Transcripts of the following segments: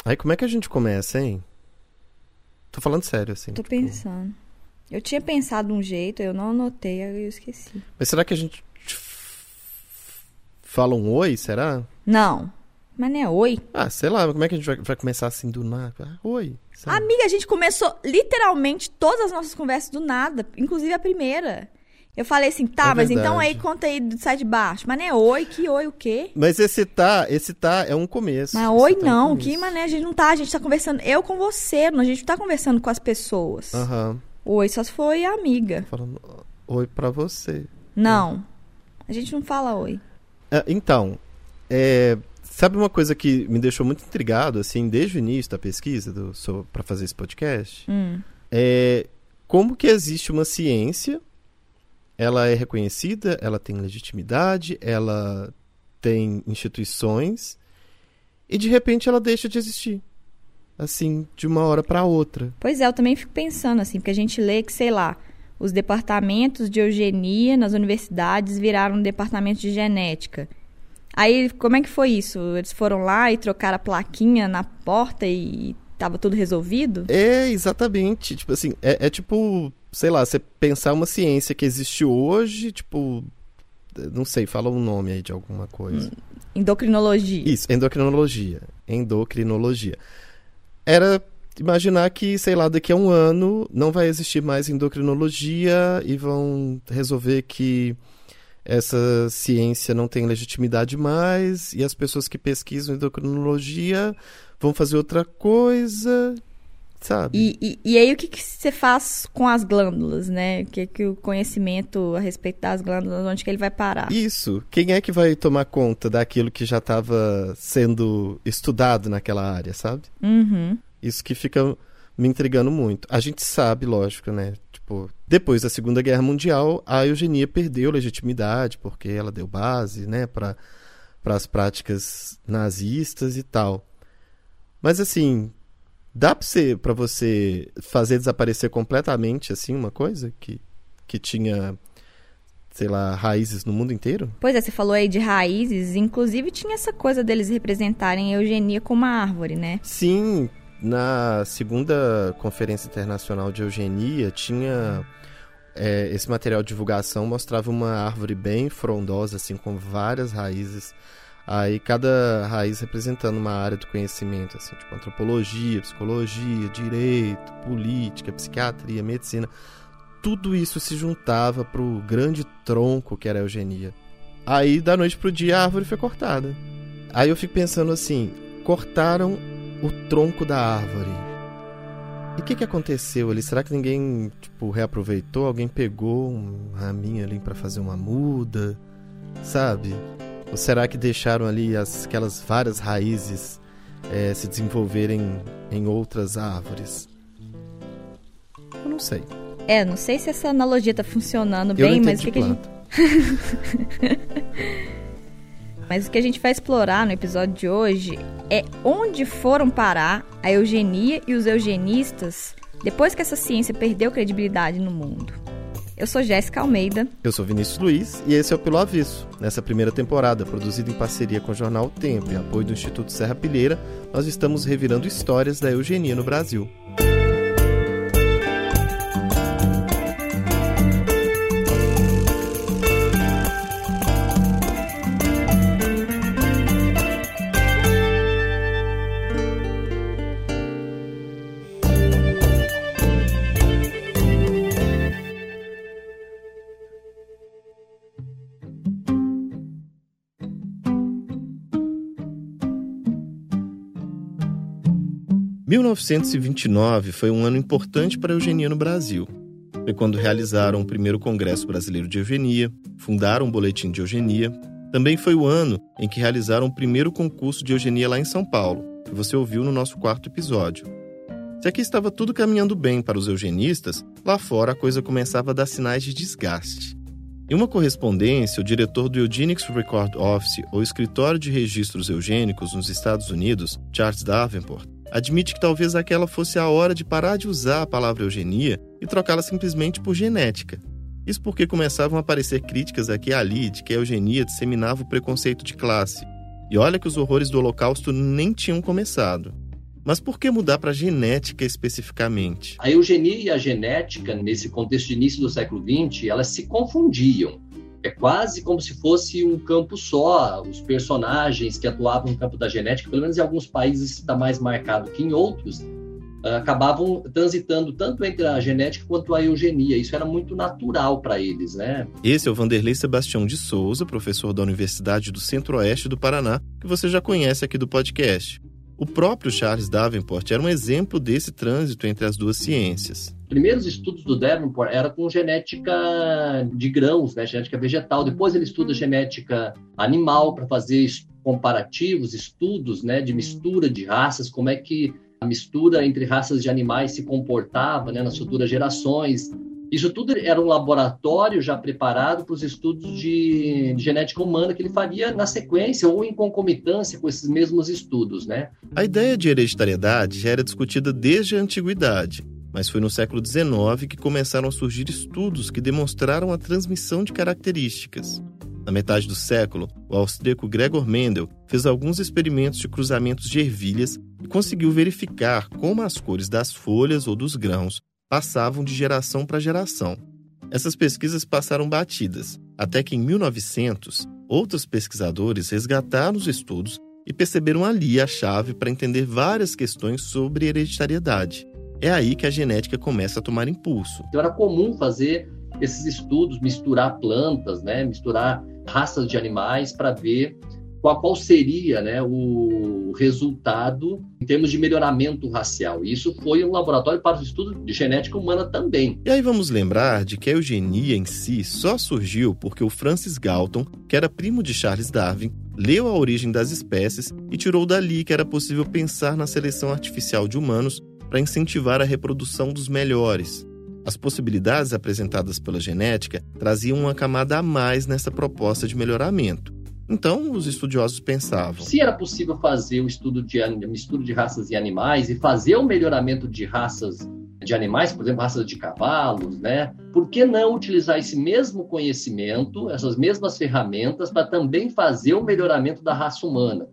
Aí como é que a gente começa, hein? Tô falando sério, assim. Tô pensando. Eu tinha pensado um jeito, eu não anotei, aí eu esqueci. Mas será que a gente fala um oi, será? Não, mas não é oi. Ah, sei lá, como é que a gente vai começar assim do nada? Ah, oi. Sabe? Amiga, a gente começou literalmente todas as nossas conversas do nada, inclusive a primeira. Eu falei assim, tá, É mas verdade. então aí conta aí do sai de baixo. Mas não é oi, que oi o quê? Mas esse tá é um começo. Mas Esse oi tá é um não, começo. que mané, a gente tá conversando, eu com você, a gente não tá conversando com as pessoas. Aham. Oi, só se foi a amiga. Falando oi pra você. Não, a gente não fala oi. Então, sabe uma coisa que me deixou muito intrigado, assim, desde o início da pesquisa para fazer esse podcast? Como que existe uma ciência, ela é reconhecida, ela tem legitimidade, ela tem instituições, e de repente ela deixa de existir. Assim, de uma hora para outra. Pois é, eu também fico pensando assim, porque a gente lê que, sei lá, os departamentos de eugenia nas universidades viraram departamentos de genética. Aí, como é que foi isso? Eles foram lá e trocaram a plaquinha na porta e tava tudo resolvido? Exatamente. Tipo assim, é tipo, sei lá, você pensar uma ciência que existe hoje, tipo, não sei, fala um nome aí de alguma coisa. Endocrinologia. Isso, endocrinologia. Era imaginar que, sei lá, daqui a um ano não vai existir mais endocrinologia e vão resolver que essa ciência não tem legitimidade mais e as pessoas que pesquisam endocrinologia vão fazer outra coisa, sabe? E aí o que você faz com as glândulas, né? Que o conhecimento a respeito das glândulas, onde que ele vai parar? Isso. Quem é que vai tomar conta daquilo que já estava sendo estudado naquela área, sabe? Uhum. Isso que fica me intrigando muito. A gente sabe, lógico, né? Tipo, depois da Segunda Guerra Mundial, a eugenia perdeu legitimidade, porque ela deu base, né, para as práticas nazistas e tal. Mas, assim, dá para você fazer desaparecer completamente, assim, uma coisa que tinha, sei lá, raízes no mundo inteiro? Pois é, você falou aí de raízes, inclusive tinha essa coisa deles representarem a eugenia como uma árvore, né? Sim. Na segunda Conferência Internacional de Eugenia, tinha esse material de divulgação, mostrava uma árvore bem frondosa, assim, com várias raízes. Aí cada raiz representando uma área do conhecimento, assim, tipo antropologia, psicologia, direito, política, psiquiatria, medicina. Tudo isso se juntava pro grande tronco que era a eugenia. Aí, da noite pro dia, a árvore foi cortada. Aí eu fico pensando assim, cortaram o tronco da árvore. E o que aconteceu ali? Será que ninguém, tipo, reaproveitou? Alguém pegou um raminho ali pra fazer uma muda? Sabe? Ou será que deixaram ali aquelas várias raízes se desenvolverem em outras árvores? Eu não sei. Não sei se essa analogia tá funcionando Eu bem, não mas entendo o que a gente... Mas o que a gente vai explorar no episódio de hoje é onde foram parar a eugenia e os eugenistas depois que essa ciência perdeu credibilidade no mundo. Eu sou Jéssica Almeida. Eu sou Vinícius Luiz e esse é o Pelo Avesso. Nessa primeira temporada, produzida em parceria com o jornal O Tempo e apoio do Instituto Serra Pilheira, nós estamos revirando histórias da eugenia no Brasil. Em 1929 foi um ano importante para a eugenia no Brasil. Foi quando realizaram o primeiro Congresso Brasileiro de Eugenia, fundaram o Boletim de Eugenia. Também foi o ano em que realizaram o primeiro concurso de eugenia lá em São Paulo, que você ouviu no nosso 4º episódio. Se aqui estava tudo caminhando bem para os eugenistas, lá fora a coisa começava a dar sinais de desgaste. Em uma correspondência, o diretor do Eugenics Record Office, ou Escritório de Registros Eugênicos nos Estados Unidos, Charles Davenport, admite que talvez aquela fosse a hora de parar de usar a palavra eugenia e trocá-la simplesmente por genética. Isso porque começavam a aparecer críticas aqui e ali de que a eugenia disseminava o preconceito de classe. E olha que os horrores do Holocausto nem tinham começado. Mas por que mudar para a genética especificamente? A eugenia e a genética, nesse contexto de início do século XX, elas se confundiam. É quase como se fosse um campo só. Os personagens que atuavam no campo da genética, pelo menos em alguns países está mais marcado que em outros, acabavam transitando tanto entre a genética quanto a eugenia. Isso era muito natural para eles, né? Esse é o Vanderlei Sebastião de Souza, professor da Universidade do Centro-Oeste do Paraná, que você já conhece aqui do podcast. O próprio Charles Davenport era um exemplo desse trânsito entre as duas ciências. Os primeiros estudos do Davenport eram com genética de grãos, né? Genética vegetal. Depois ele estuda genética animal para fazer comparativos, estudos, né? De mistura de raças, como é que a mistura entre raças de animais se comportava, né? Nas futuras gerações. Isso tudo era um laboratório já preparado para os estudos de genética humana que ele faria na sequência ou em concomitância com esses mesmos estudos, né? A ideia de hereditariedade já era discutida desde a antiguidade, mas foi no século XIX que começaram a surgir estudos que demonstraram a transmissão de características. Na metade do século, o austríaco Gregor Mendel fez alguns experimentos de cruzamentos de ervilhas e conseguiu verificar como as cores das folhas ou dos grãos passavam de geração para geração. Essas pesquisas passaram batidas, até que em 1900, outros pesquisadores resgataram os estudos e perceberam ali a chave para entender várias questões sobre hereditariedade. É aí que a genética começa a tomar impulso. Então era comum fazer esses estudos, misturar plantas, né? Misturar raças de animais para ver qual seria, né, o resultado em termos de melhoramento racial. E isso foi um laboratório para o estudo de genética humana também. E aí vamos lembrar de que a eugenia em si só surgiu porque o Francis Galton, que era primo de Charles Darwin, leu A Origem das Espécies e tirou dali que era possível pensar na seleção artificial de humanos para incentivar a reprodução dos melhores. As possibilidades apresentadas pela genética traziam uma camada a mais nessa proposta de melhoramento. Então, os estudiosos pensavam: se era possível fazer o estudo de mistura de raças e animais e fazer o melhoramento de raças de animais, por exemplo, raças de cavalos, né? Por que não utilizar esse mesmo conhecimento, essas mesmas ferramentas, para também fazer o melhoramento da raça humana?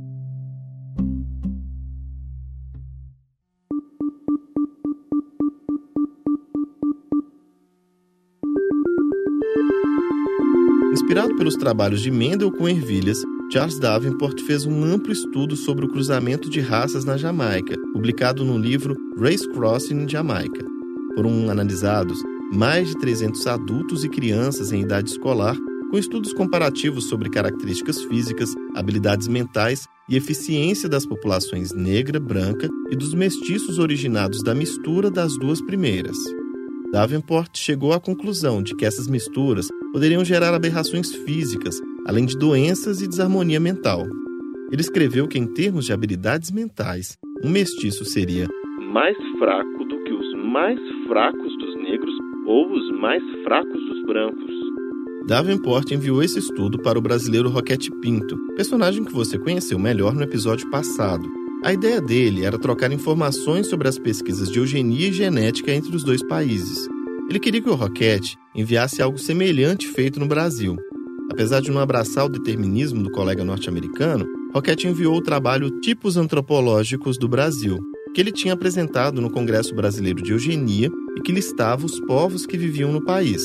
Inspirado pelos trabalhos de Mendel com ervilhas, Charles Davenport fez um amplo estudo sobre o cruzamento de raças na Jamaica, publicado no livro Race Crossing in Jamaica. Foram analisados mais de 300 adultos e crianças em idade escolar, com estudos comparativos sobre características físicas, habilidades mentais e eficiência das populações negra, branca e dos mestiços originados da mistura das duas primeiras. Davenport chegou à conclusão de que essas misturas poderiam gerar aberrações físicas, além de doenças e desarmonia mental. Ele escreveu que, em termos de habilidades mentais, um mestiço seria mais fraco do que os mais fracos dos negros ou os mais fracos dos brancos. Davenport enviou esse estudo para o brasileiro Roquete Pinto, personagem que você conheceu melhor no episódio passado. A ideia dele era trocar informações sobre as pesquisas de eugenia e genética entre os dois países. Ele queria que o Roquete enviasse algo semelhante feito no Brasil. Apesar de não abraçar o determinismo do colega norte-americano, Roquete enviou o trabalho Tipos Antropológicos do Brasil, que ele tinha apresentado no Congresso Brasileiro de Eugenia e que listava os povos que viviam no país.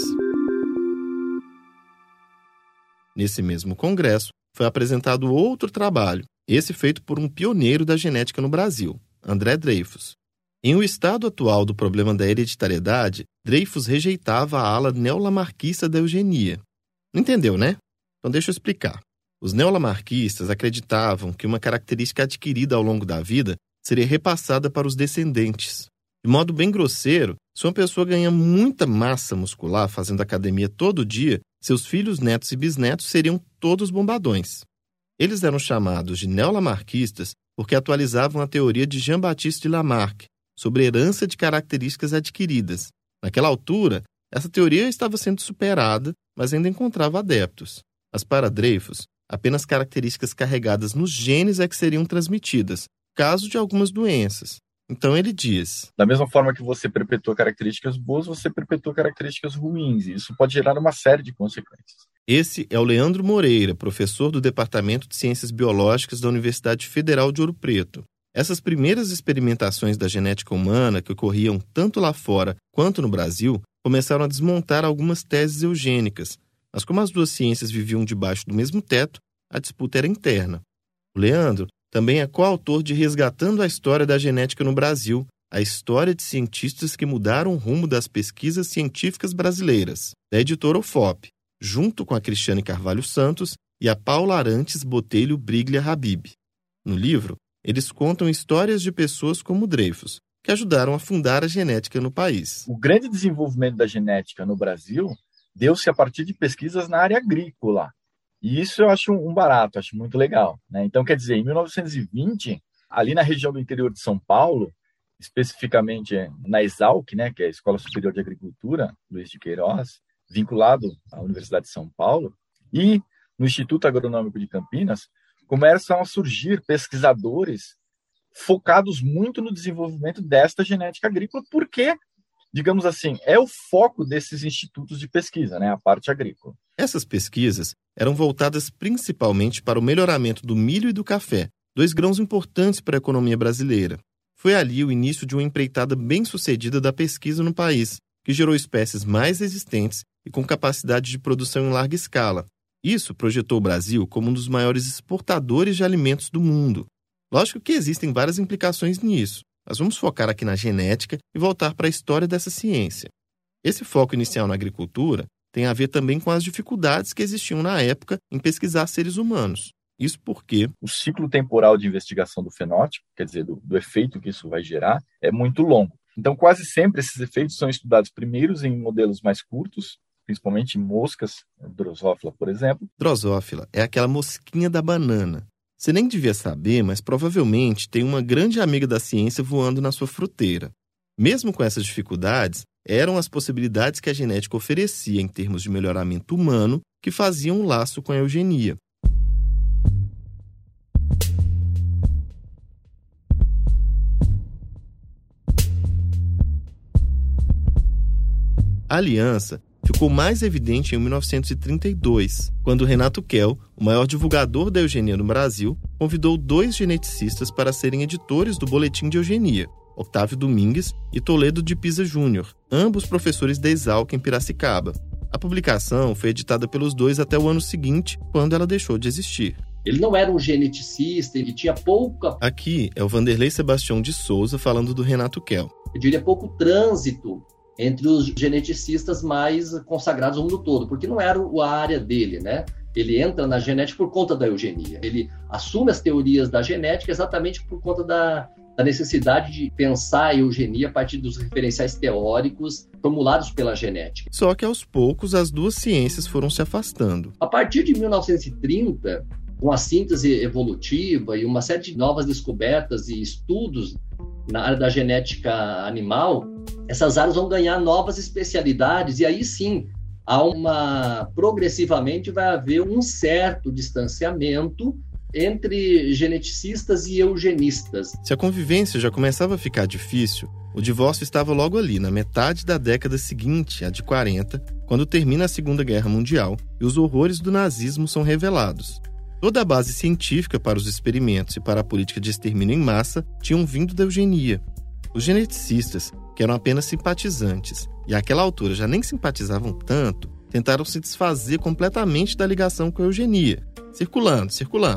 Nesse mesmo congresso, foi apresentado outro trabalho, esse feito por um pioneiro da genética no Brasil, André Dreyfus. Em O Estado Atual do Problema da Hereditariedade, Dreyfus rejeitava a ala neolamarquista da eugenia. Não entendeu, né? Então deixa eu explicar. Os neolamarquistas acreditavam que uma característica adquirida ao longo da vida seria repassada para os descendentes. De modo bem grosseiro, se uma pessoa ganha muita massa muscular fazendo academia todo dia, seus filhos, netos e bisnetos seriam todos bombadões. Eles eram chamados de neolamarquistas porque atualizavam a teoria de Jean-Baptiste Lamarck sobre herança de características adquiridas. Naquela altura, essa teoria estava sendo superada, mas ainda encontrava adeptos. Mas para Dreyfus, apenas características carregadas nos genes é que seriam transmitidas, caso de algumas doenças. Então ele diz: da mesma forma que você perpetua características boas, você perpetua características ruins, e isso pode gerar uma série de consequências. Esse é o Leandro Moreira, professor do Departamento de Ciências Biológicas da Universidade Federal de Ouro Preto. Essas primeiras experimentações da genética humana, que ocorriam tanto lá fora quanto no Brasil, começaram a desmontar algumas teses eugênicas. Mas como as duas ciências viviam debaixo do mesmo teto, a disputa era interna. O Leandro também é coautor de Resgatando a História da Genética no Brasil, a história de cientistas que mudaram o rumo das pesquisas científicas brasileiras, da editora UFOP, junto com a Cristiane Carvalho Santos e a Paula Arantes Botelho Briglia Habib. No livro, eles contam histórias de pessoas como Dreyfus, que ajudaram a fundar a genética no país. O grande desenvolvimento da genética no Brasil deu-se a partir de pesquisas na área agrícola. E isso eu acho um barato, acho muito legal, né? Então, quer dizer, em 1920, ali na região do interior de São Paulo, especificamente na Exalc, né, que é a Escola Superior de Agricultura, Luiz de Queiroz, vinculado à Universidade de São Paulo, e no Instituto Agronômico de Campinas, começam a surgir pesquisadores focados muito no desenvolvimento desta genética agrícola, porque, digamos assim, é o foco desses institutos de pesquisa, né, a parte agrícola. Essas pesquisas eram voltadas principalmente para o melhoramento do milho e do café, dois grãos importantes para a economia brasileira. Foi ali o início de uma empreitada bem-sucedida da pesquisa no país, que gerou espécies mais resistentes e com capacidade de produção em larga escala. Isso projetou o Brasil como um dos maiores exportadores de alimentos do mundo. Lógico que existem várias implicações nisso, mas vamos focar aqui na genética e voltar para a história dessa ciência. Esse foco inicial na agricultura tem a ver também com as dificuldades que existiam na época em pesquisar seres humanos. Isso porque o ciclo temporal de investigação do fenótipo, quer dizer, do efeito que isso vai gerar, é muito longo. Então, quase sempre esses efeitos são estudados primeiro em modelos mais curtos, principalmente em moscas, Drosophila, por exemplo. Drosophila é aquela mosquinha da banana. Você nem devia saber, mas provavelmente tem uma grande amiga da ciência voando na sua fruteira. Mesmo com essas dificuldades, eram as possibilidades que a genética oferecia em termos de melhoramento humano que faziam um laço com a eugenia. A aliança ficou mais evidente em 1932, quando Renato Kell, o maior divulgador da eugenia no Brasil, convidou 2 geneticistas para serem editores do Boletim de Eugenia, Octávio Domingues e Toledo de Pisa Júnior, ambos professores da Exalc em Piracicaba. A publicação foi editada pelos dois até o ano seguinte, quando ela deixou de existir. Ele não era um geneticista, ele tinha pouca... Aqui é o Vanderlei Sebastião de Souza falando do Renato Kell. Eu diria pouco trânsito entre os geneticistas mais consagrados no mundo todo, porque não era a área dele, né? Ele entra na genética por conta da eugenia. Ele assume as teorias da genética exatamente por conta da necessidade de pensar a eugenia a partir dos referenciais teóricos formulados pela genética. Só que aos poucos as duas ciências foram se afastando. A partir de 1930, com a síntese evolutiva e uma série de novas descobertas e estudos na área da genética animal, essas áreas vão ganhar novas especialidades e aí sim, progressivamente vai haver um certo distanciamento entre geneticistas e eugenistas. Se a convivência já começava a ficar difícil, o divórcio estava logo ali, na metade da década seguinte, a de 40, quando termina a Segunda Guerra Mundial e os horrores do nazismo são revelados. Toda a base científica para os experimentos e para a política de extermínio em massa tinham vindo da eugenia. Os geneticistas, que eram apenas simpatizantes e àquela altura já nem simpatizavam tanto, tentaram se desfazer completamente da ligação com a eugenia, circulando.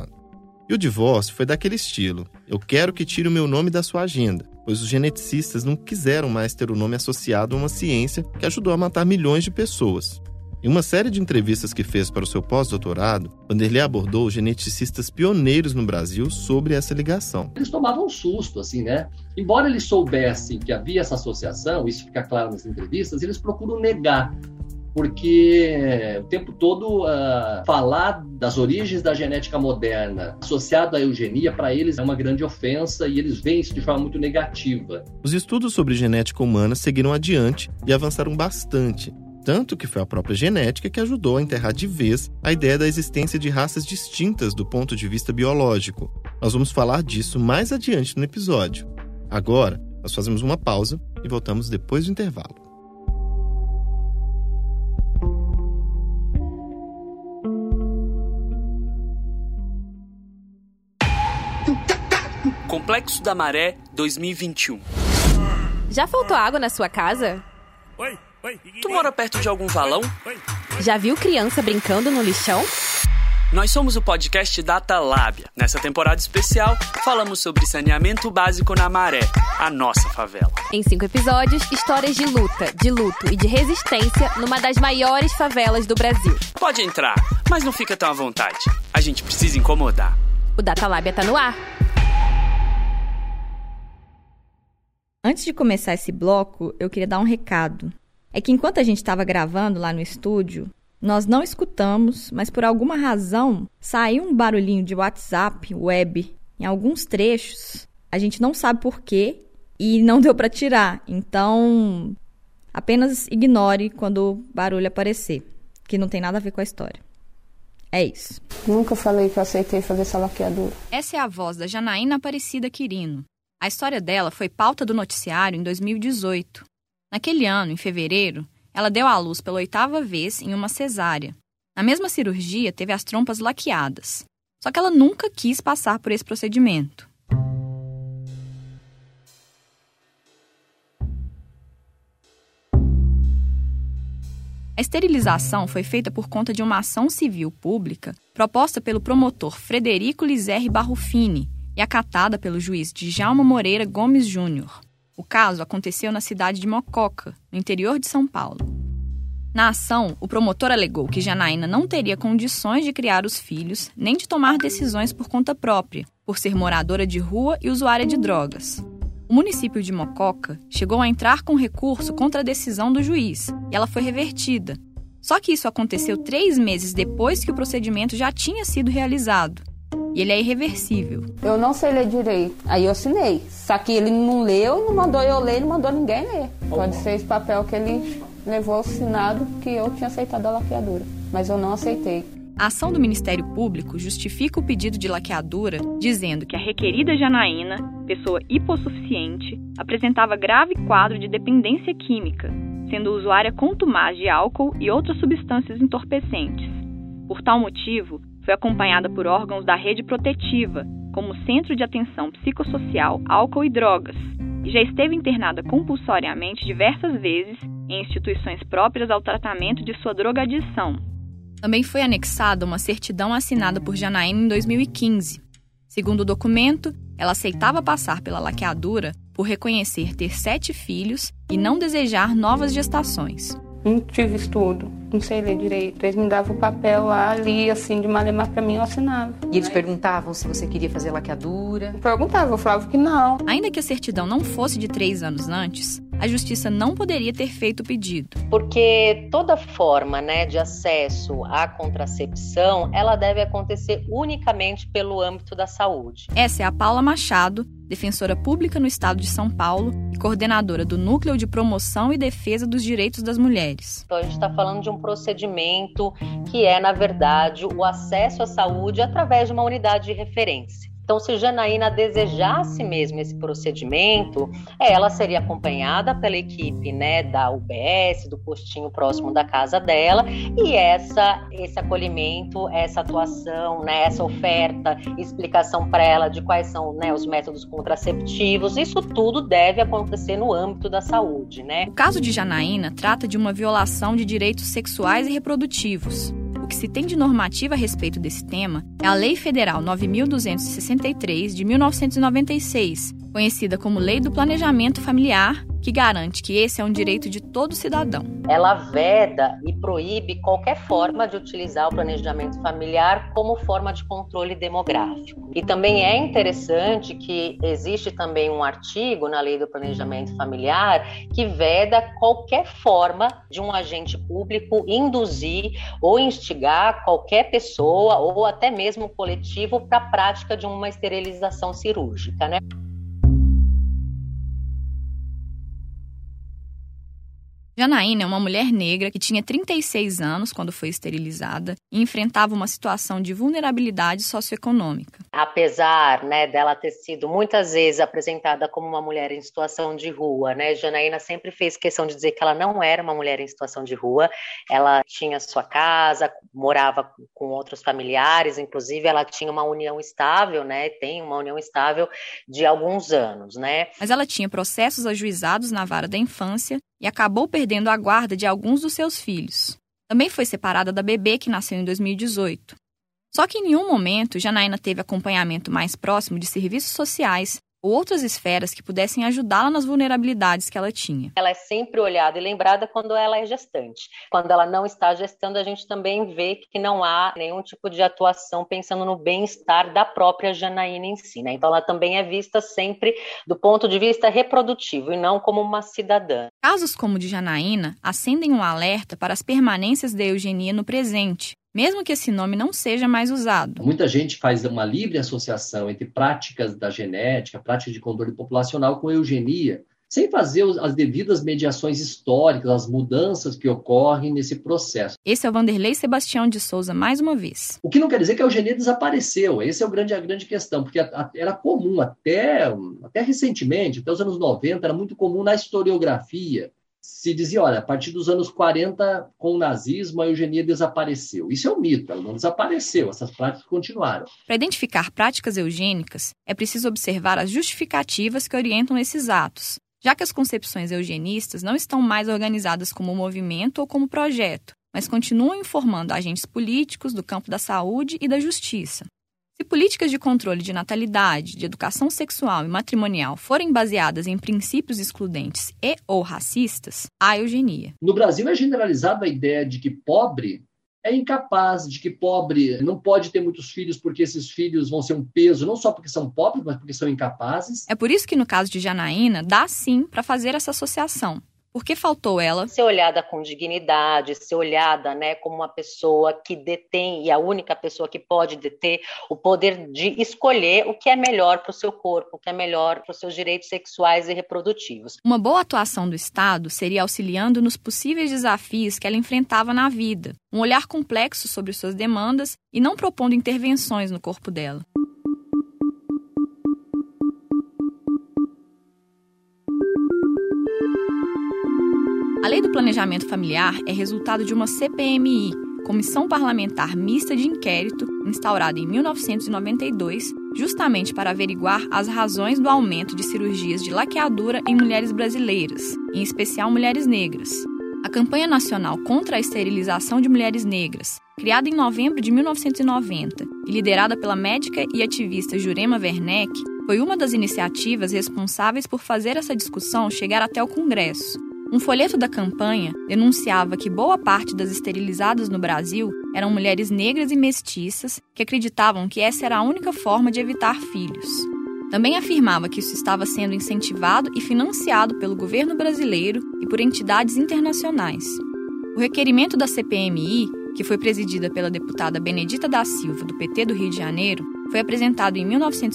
E o divórcio foi daquele estilo: eu quero que tire o meu nome da sua agenda, pois os geneticistas não quiseram mais ter o nome associado a uma ciência que ajudou a matar milhões de pessoas. Em uma série de entrevistas que fez para o seu pós-doutorado, Vanderlei abordou os geneticistas pioneiros no Brasil sobre essa ligação. Eles tomavam um susto, assim, né? Embora eles soubessem que havia essa associação, isso fica claro nas entrevistas, eles procuram negar, porque o tempo todo falar das origens da genética moderna associado à eugenia, para eles é uma grande ofensa e eles veem isso de forma muito negativa. Os estudos sobre genética humana seguiram adiante e avançaram bastante. Tanto que foi a própria genética que ajudou a enterrar de vez a ideia da existência de raças distintas do ponto de vista biológico. Nós vamos falar disso mais adiante no episódio. Agora, nós fazemos uma pausa e voltamos depois do intervalo. Com Complexo da Maré 2021. Já faltou água na sua casa? Tu mora perto de algum valão? Já viu criança brincando no lixão? Nós somos o podcast Data Lábia. Nessa temporada especial, falamos sobre saneamento básico na Maré, a nossa favela. Em 5 episódios, histórias de luta, de luto e de resistência numa das maiores favelas do Brasil. Pode entrar, mas não fica tão à vontade. A gente precisa incomodar. O Data Lábia tá no ar. Antes de começar esse bloco, eu queria dar um recado. É que enquanto a gente estava gravando lá no estúdio, nós não escutamos, mas por alguma razão saiu um barulhinho de WhatsApp, web, em alguns trechos. A gente não sabe por quê e não deu para tirar. Então, apenas ignore quando o barulho aparecer, que não tem nada a ver com a história. É isso. Nunca falei que eu aceitei fazer essa laqueadura. Essa é a voz da Janaína Aparecida Quirino. A história dela foi pauta do noticiário em 2018. Naquele ano, em fevereiro, ela deu à luz pela 8ª vez em uma cesárea. Na mesma cirurgia, teve as trompas laqueadas. Só que ela nunca quis passar por esse procedimento. A esterilização foi feita por conta de uma ação civil pública proposta pelo promotor Frederico Lizerre Barrufini e acatada pelo juiz Djalma Moreira Gomes Júnior. O caso aconteceu na cidade de Mococa, no interior de São Paulo. Na ação, o promotor alegou que Janaína não teria condições de criar os filhos nem de tomar decisões por conta própria, por ser moradora de rua e usuária de drogas. O município de Mococa chegou a entrar com recurso contra a decisão do juiz e ela foi revertida. Só que isso aconteceu 3 meses depois que o procedimento já tinha sido realizado. E ele é irreversível. Eu não sei ler direito, aí eu assinei. Só que ele não leu, não mandou eu ler, não mandou ninguém ler. Pode ser esse papel que ele levou assinado que eu tinha aceitado a laqueadura, mas eu não aceitei. A ação do Ministério Público justifica o pedido de laqueadura, dizendo que a requerida Janaína, pessoa hipossuficiente, apresentava grave quadro de dependência química, sendo usuária contumaz de álcool e outras substâncias entorpecentes. Por tal motivo, foi acompanhada por órgãos da rede protetiva, como o Centro de Atenção Psicossocial, Álcool e Drogas, e já esteve internada compulsoriamente diversas vezes em instituições próprias ao tratamento de sua drogadição. Também foi anexada uma certidão assinada por Janaína em 2015. Segundo o documento, ela aceitava passar pela laqueadura por reconhecer ter 7 filhos e não desejar novas gestações. Não tive estudo, não sei ler direito. Eles me davam o papel lá, lia assim, de malemar pra mim, eu assinava. E eles perguntavam se você queria fazer laqueadura? Perguntava, eu falava que não. Ainda que a certidão não fosse de 3 anos antes, a Justiça não poderia ter feito o pedido. Porque toda forma, de acesso à contracepção, ela deve acontecer unicamente pelo âmbito da saúde. Essa é a Paula Machado, defensora pública no estado de São Paulo e coordenadora do Núcleo de Promoção e Defesa dos Direitos das Mulheres. Então a gente está falando de um procedimento que é, na verdade, o acesso à saúde através de uma unidade de referência. Então, se Janaína desejasse mesmo esse procedimento, ela seria acompanhada pela equipe da UBS, do postinho próximo da casa dela, e esse acolhimento, essa atuação, essa oferta, explicação para ela de quais são os métodos contraceptivos, isso tudo deve acontecer no âmbito da saúde. O caso de Janaína trata de uma violação de direitos sexuais e reprodutivos. O que se tem de normativa a respeito desse tema é a Lei Federal 9.263, de 1996, conhecida como Lei do Planejamento Familiar, que garante que esse é um direito de todo cidadão. Ela veda e proíbe qualquer forma de utilizar o planejamento familiar como forma de controle demográfico. E também é interessante que existe também um artigo na Lei do Planejamento Familiar que veda qualquer forma de um agente público induzir ou instigar qualquer pessoa ou até mesmo um coletivo para a prática de uma esterilização cirúrgica, Janaína é uma mulher negra que tinha 36 anos quando foi esterilizada e enfrentava uma situação de vulnerabilidade socioeconômica. Apesar, dela ter sido muitas vezes apresentada como uma mulher em situação de rua, Janaína sempre fez questão de dizer que ela não era uma mulher em situação de rua. Ela tinha sua casa, morava com outros familiares, inclusive ela tinha uma união estável, tem uma união estável de alguns anos, Mas ela tinha processos ajuizados na vara da infância e acabou perdendo a guarda de alguns dos seus filhos. Também foi separada da bebê que nasceu em 2018. Só que em nenhum momento Janaína teve acompanhamento mais próximo de serviços sociais ou outras esferas que pudessem ajudá-la nas vulnerabilidades que ela tinha. Ela é sempre olhada e lembrada quando ela é gestante. Quando ela não está gestando, a gente também vê que não há nenhum tipo de atuação pensando no bem-estar da própria Janaína em si. Então ela também é vista sempre do ponto de vista reprodutivo e não como uma cidadã. Casos como o de Janaína acendem um alerta para as permanências da eugenia no presente, mesmo que esse nome não seja mais usado. Muita gente faz uma livre associação entre práticas da genética, práticas de controle populacional com eugenia, sem fazer as devidas mediações históricas, as mudanças que ocorrem nesse processo. Esse é o Vanderlei Sebastião de Souza mais uma vez. O que não quer dizer que a eugenia desapareceu. Essa é a grande questão, porque era comum até recentemente, até os anos 90, era muito comum na historiografia. Se dizia, olha, a partir dos anos 40, com o nazismo, a eugenia desapareceu. Isso é um mito, ela não desapareceu, essas práticas continuaram. Para identificar práticas eugênicas, é preciso observar as justificativas que orientam esses atos, já que as concepções eugenistas não estão mais organizadas como movimento ou como projeto, mas continuam informando agentes políticos do campo da saúde e da justiça. Se políticas de controle de natalidade, de educação sexual e matrimonial forem baseadas em princípios excludentes e ou racistas, há eugenia. No Brasil é generalizada a ideia de que pobre é incapaz, de que pobre não pode ter muitos filhos porque esses filhos vão ser um peso, não só porque são pobres, mas porque são incapazes. É por isso que no caso de Janaína, dá sim para fazer essa associação. Porque faltou ela ser olhada com dignidade, ser olhada como uma pessoa que detém, e a única pessoa que pode deter o poder de escolher o que é melhor para o seu corpo, o que é melhor para os seus direitos sexuais e reprodutivos. Uma boa atuação do Estado seria auxiliando nos possíveis desafios que ela enfrentava na vida, um olhar complexo sobre suas demandas e não propondo intervenções no corpo dela. A Lei do Planejamento Familiar é resultado de uma CPMI, Comissão Parlamentar Mista de Inquérito, instaurada em 1992, justamente para averiguar as razões do aumento de cirurgias de laqueadura em mulheres brasileiras, em especial mulheres negras. A Campanha Nacional contra a Esterilização de Mulheres Negras, criada em novembro de 1990 e liderada pela médica e ativista Jurema Werneck, foi uma das iniciativas responsáveis por fazer essa discussão chegar até o Congresso. Um folheto da campanha denunciava que boa parte das esterilizadas no Brasil eram mulheres negras e mestiças que acreditavam que essa era a única forma de evitar filhos. Também afirmava que isso estava sendo incentivado e financiado pelo governo brasileiro e por entidades internacionais. O requerimento da CPMI, que foi presidida pela deputada Benedita da Silva, do PT do Rio de Janeiro, foi apresentado em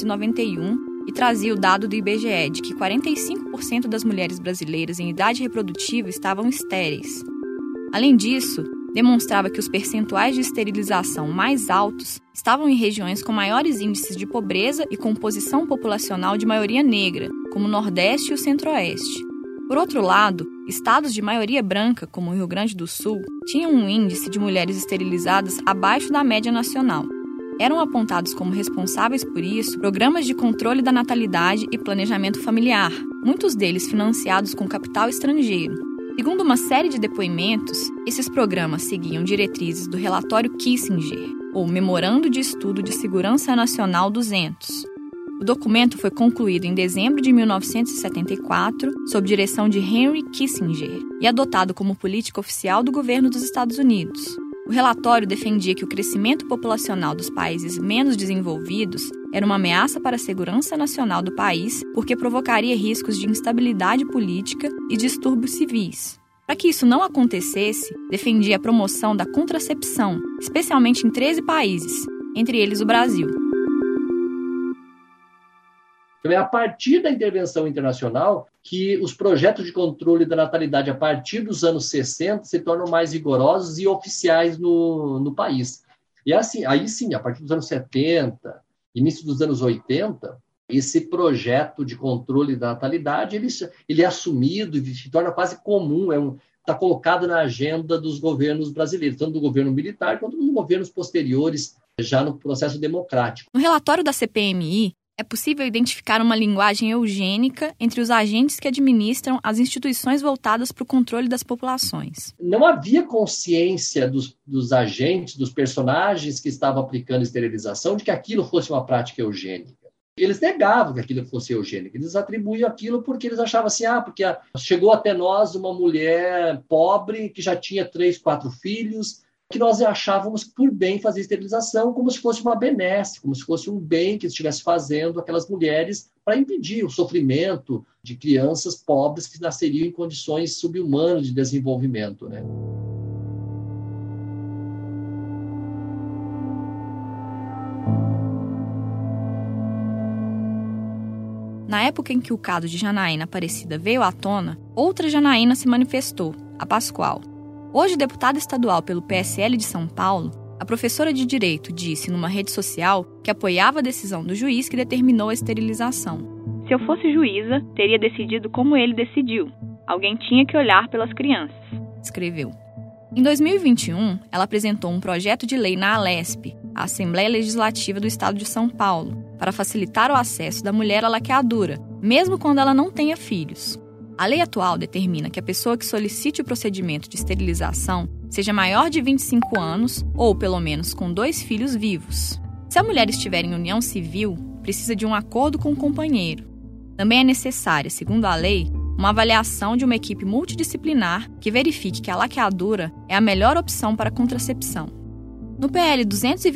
1991 e trazia o dado do IBGE de que 45% das mulheres brasileiras em idade reprodutiva estavam estéreis. Além disso, demonstrava que os percentuais de esterilização mais altos estavam em regiões com maiores índices de pobreza e composição populacional de maioria negra, como o Nordeste e o Centro-Oeste. Por outro lado, estados de maioria branca, como o Rio Grande do Sul, tinham um índice de mulheres esterilizadas abaixo da média nacional. Eram apontados como responsáveis por isso programas de controle da natalidade e planejamento familiar, muitos deles financiados com capital estrangeiro. Segundo uma série de depoimentos, esses programas seguiam diretrizes do relatório Kissinger, ou Memorando de Estudo de Segurança Nacional 200. O documento foi concluído em dezembro de 1974, sob direção de Henry Kissinger, e adotado como política oficial do governo dos Estados Unidos. O relatório defendia que o crescimento populacional dos países menos desenvolvidos era uma ameaça para a segurança nacional do país porque provocaria riscos de instabilidade política e distúrbios civis. Para que isso não acontecesse, defendia a promoção da contracepção, especialmente em 13 países, entre eles o Brasil. Então, é a partir da intervenção internacional que os projetos de controle da natalidade, a partir dos anos 60, se tornam mais rigorosos e oficiais no país. E assim, aí sim, a partir dos anos 70, início dos anos 80, esse projeto de controle da natalidade ele é assumido e se torna quase comum, está colocado na agenda dos governos brasileiros, tanto do governo militar quanto dos governos posteriores, já no processo democrático. No relatório da CPMI, é possível identificar uma linguagem eugênica entre os agentes que administram as instituições voltadas para o controle das populações. Não havia consciência dos agentes, dos personagens que estavam aplicando esterilização, de que aquilo fosse uma prática eugênica. Eles negavam que aquilo fosse eugênico. Eles atribuíam aquilo porque eles achavam assim, porque chegou até nós uma mulher pobre que já tinha 3, 4 filhos, que nós achávamos por bem fazer esterilização como se fosse uma benesse, como se fosse um bem que estivesse fazendo aquelas mulheres para impedir o sofrimento de crianças pobres que nasceriam em condições subhumanas de desenvolvimento, né? Na época em que o caso de Janaína Aparecida veio à tona, outra Janaína se manifestou, a Pascoal. Hoje deputada estadual pelo PSL de São Paulo, a professora de Direito disse numa rede social que apoiava a decisão do juiz que determinou a esterilização. Se eu fosse juíza, teria decidido como ele decidiu. Alguém tinha que olhar pelas crianças, escreveu. Em 2021, ela apresentou um projeto de lei na ALESP, a Assembleia Legislativa do Estado de São Paulo, para facilitar o acesso da mulher à laqueadura, mesmo quando ela não tenha filhos. A lei atual determina que a pessoa que solicite o procedimento de esterilização seja maior de 25 anos ou, pelo menos, com 2 filhos vivos. Se a mulher estiver em união civil, precisa de um acordo com o companheiro. Também é necessária, segundo a lei, uma avaliação de uma equipe multidisciplinar que verifique que a laqueadura é a melhor opção para a contracepção. No PL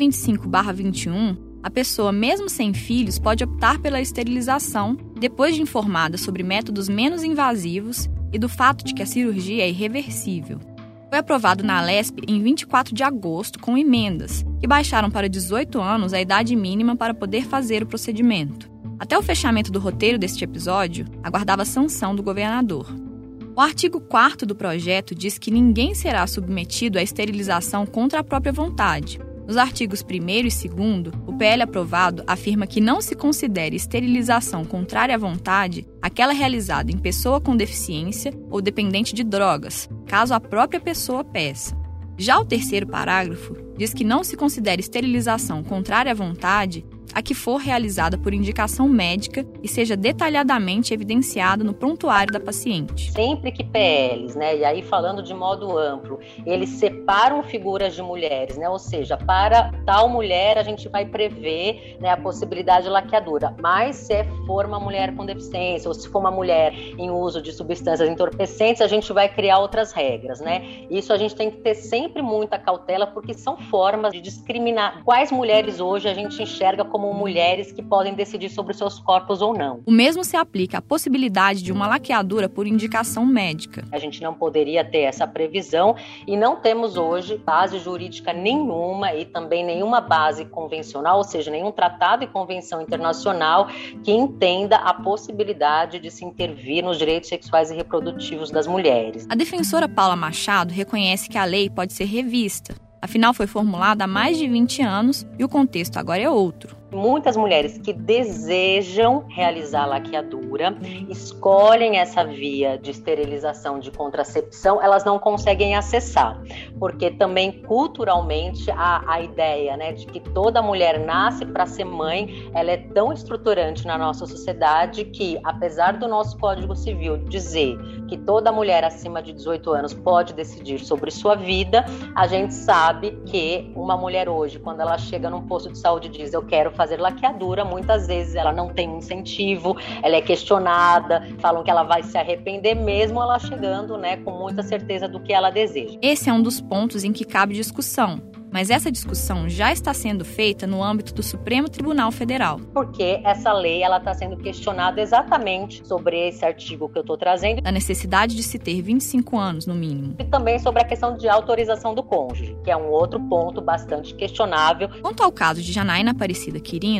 225/21, a pessoa, mesmo sem filhos, pode optar pela esterilização depois de informada sobre métodos menos invasivos e do fato de que a cirurgia é irreversível. Foi aprovado na ALESP em 24 de agosto com emendas, que baixaram para 18 anos a idade mínima para poder fazer o procedimento. Até o fechamento do roteiro deste episódio, aguardava a sanção do governador. O artigo 4º do projeto diz que ninguém será submetido à esterilização contra a própria vontade. Nos artigos 1º e 2º, o PL aprovado afirma que não se considere esterilização contrária à vontade aquela realizada em pessoa com deficiência ou dependente de drogas, caso a própria pessoa peça. Já o 3º parágrafo diz que não se considere esterilização contrária à vontade a que for realizada por indicação médica e seja detalhadamente evidenciada no prontuário da paciente. Sempre que PLs, e aí falando de modo amplo, eles separam figuras de mulheres, ou seja, para tal mulher a gente vai prever a possibilidade de laqueadura, mas se for uma mulher com deficiência ou se for uma mulher em uso de substâncias entorpecentes, a gente vai criar outras regras, Isso a gente tem que ter sempre muita cautela, porque são formas de discriminar quais mulheres hoje a gente enxerga como mulheres que podem decidir sobre os seus corpos ou não. O mesmo se aplica à possibilidade de uma laqueadura por indicação médica. A gente não poderia ter essa previsão e não temos hoje base jurídica nenhuma e também nenhuma base convencional, ou seja, nenhum tratado e convenção internacional que entenda a possibilidade de se intervir nos direitos sexuais e reprodutivos das mulheres. A defensora Paula Machado reconhece que a lei pode ser revista. Afinal, foi formulada há mais de 20 anos e o contexto agora é outro. Muitas mulheres que desejam realizar a laqueadura, escolhem essa via de esterilização, de contracepção, elas não conseguem acessar, porque também culturalmente a ideia de que toda mulher nasce para ser mãe, ela é tão estruturante na nossa sociedade que, apesar do nosso Código Civil dizer que toda mulher acima de 18 anos pode decidir sobre sua vida, a gente sabe que uma mulher hoje, quando ela chega num posto de saúde e diz eu quero fazer laqueadura, muitas vezes ela não tem um incentivo, ela é questionada, falam que ela vai se arrepender mesmo ela chegando, com muita certeza do que ela deseja. Esse é um dos pontos em que cabe discussão, mas essa discussão já está sendo feita no âmbito do Supremo Tribunal Federal. Porque essa lei está sendo questionada exatamente sobre esse artigo que eu estou trazendo. A necessidade de se ter 25 anos, no mínimo. E também sobre a questão de autorização do cônjuge, que é um outro ponto bastante questionável. Quanto ao caso de Janaína Aparecida Quirino,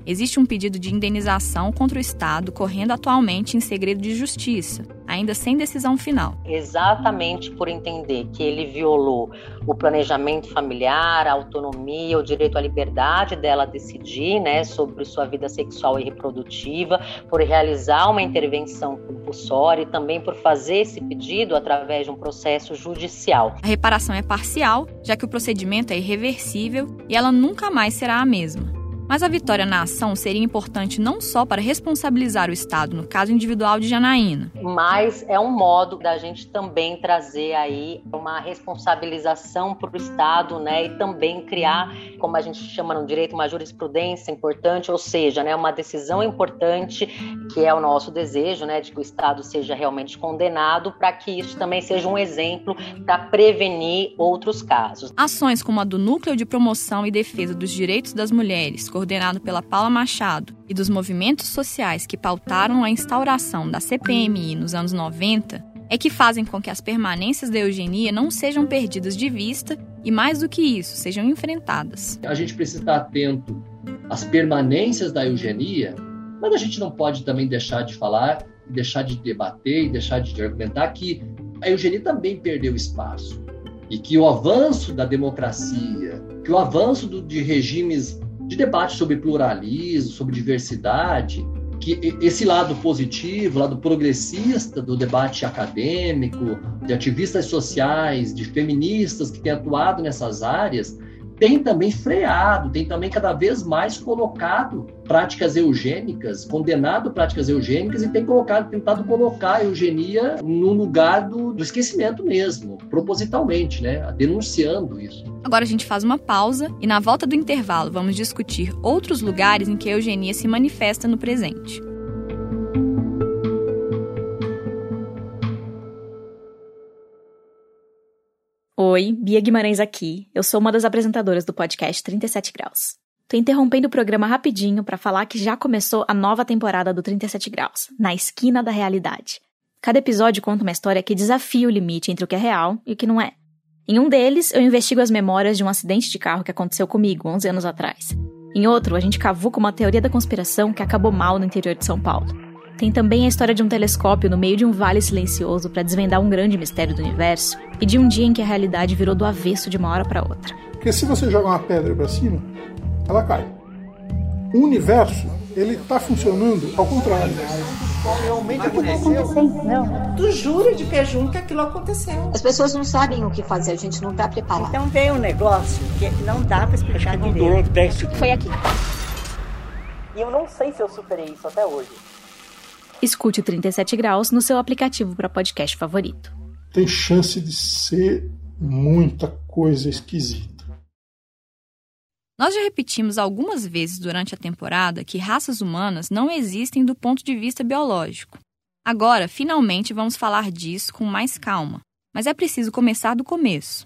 existe um pedido de indenização contra o Estado correndo atualmente em segredo de justiça, ainda sem decisão final. Exatamente por entender que ele violou o planejamento familiar, a autonomia, o direito à liberdade dela decidir, né, sobre sua vida sexual e reprodutiva, por realizar uma intervenção compulsória e também por fazer esse pedido através de um processo judicial. A reparação é parcial, já que o procedimento é irreversível e ela nunca mais será a mesma. Mas a vitória na ação seria importante não só para responsabilizar o Estado no caso individual de Janaína. Mas é um modo da gente também trazer aí uma responsabilização para o Estado, né? E também criar, como a gente chama no direito, uma jurisprudência importante, ou seja, né, uma decisão importante, que é o nosso desejo, né, de que o Estado seja realmente condenado, para que isso também seja um exemplo para prevenir outros casos. Ações como a do Núcleo de Promoção e Defesa dos Direitos das Mulheres, coordenado pela Paula Machado, e dos movimentos sociais que pautaram a instauração da CPMI nos anos 90, é que fazem com que as permanências da eugenia não sejam perdidas de vista e, mais do que isso, sejam enfrentadas. A gente precisa estar atento às permanências da eugenia, mas a gente não pode também deixar de falar, deixar de debater e deixar de argumentar que a eugenia também perdeu espaço e que o avanço da democracia, que o avanço de regimes de debate sobre pluralismo, sobre diversidade, que esse lado positivo, lado progressista do debate acadêmico, de ativistas sociais, de feministas que têm atuado nessas áreas, tem também freado, tem também cada vez mais colocado práticas eugênicas, condenado práticas eugênicas e tem tentado colocar a eugenia no lugar do esquecimento mesmo, propositalmente, né? Denunciando isso. Agora a gente faz uma pausa e na volta do intervalo vamos discutir outros lugares em que a eugenia se manifesta no presente. Oi, Bia Guimarães aqui. Eu sou uma das apresentadoras do podcast 37 Graus. Tô interrompendo o programa rapidinho para falar que já começou a nova temporada do 37 Graus, Na Esquina da Realidade. Cada episódio conta uma história que desafia o limite entre o que é real e o que não é. Em um deles, eu investigo as memórias de um acidente de carro que aconteceu comigo 11 anos atrás. Em outro, a gente cavuca uma teoria da conspiração que acabou mal no interior de São Paulo. Tem também a história de um telescópio no meio de um vale silencioso para desvendar um grande mistério do universo e de um dia em que a realidade virou do avesso de uma hora para outra. Porque se você joga uma pedra para cima, ela cai. O universo, ele tá funcionando ao contrário. Realmente aconteceu? Não. Tu jura de pé junto que aquilo aconteceu. As pessoas não sabem o que fazer, a gente não está preparado. Então veio um negócio que não dá para explicar direito. Foi aqui. E eu não sei se eu superei isso até hoje. Escute o 37 Graus no seu aplicativo para podcast favorito. Tem chance de ser muita coisa esquisita. Nós já repetimos algumas vezes durante a temporada que raças humanas não existem do ponto de vista biológico. Agora, finalmente, vamos falar disso com mais calma. Mas é preciso começar do começo.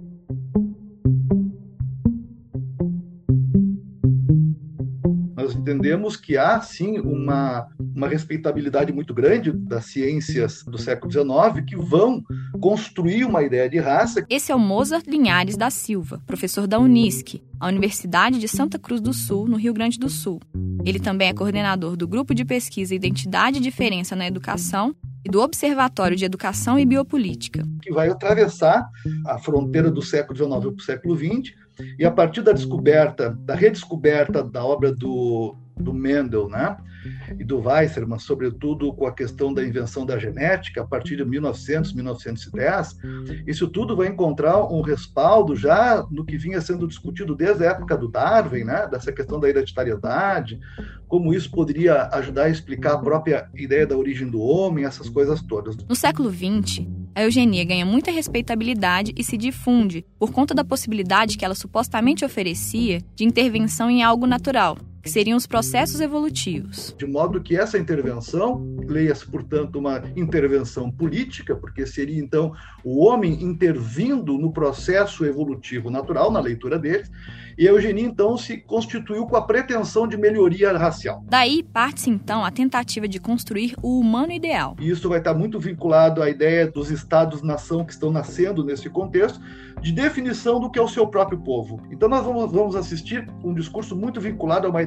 Nós entendemos que há, sim, uma respeitabilidade muito grande das ciências do século XIX que vão construir uma ideia de raça. Esse é o Mozart Linhares da Silva, professor da Unisc, a Universidade de Santa Cruz do Sul, no Rio Grande do Sul. Ele também é coordenador do Grupo de Pesquisa Identidade e Diferença na Educação e do Observatório de Educação e Biopolítica. Que vai atravessar a fronteira do século XIX para o século XX e a partir da descoberta, da redescoberta da obra do Mendel, né? E do Weissermann, sobretudo com a questão da invenção da genética, a partir de 1900, 1910, isso tudo vai encontrar um respaldo já no que vinha sendo discutido desde a época do Darwin, né? Dessa questão da hereditariedade, como isso poderia ajudar a explicar a própria ideia da origem do homem, essas coisas todas. No século XX, a eugenia ganha muita respeitabilidade e se difunde por conta da possibilidade que ela supostamente oferecia de intervenção em algo natural, que seriam os processos evolutivos. De modo que essa intervenção, leia-se, portanto, uma intervenção política, porque seria, então, o homem intervindo no processo evolutivo natural, na leitura deles, e a eugenia, então, se constituiu com a pretensão de melhoria racial. Daí parte-se, então, a tentativa de construir o humano ideal. E isso vai estar muito vinculado à ideia dos estados-nação que estão nascendo nesse contexto, de definição do que é o seu próprio povo. Então, nós vamos assistir um discurso muito vinculado a uma ideia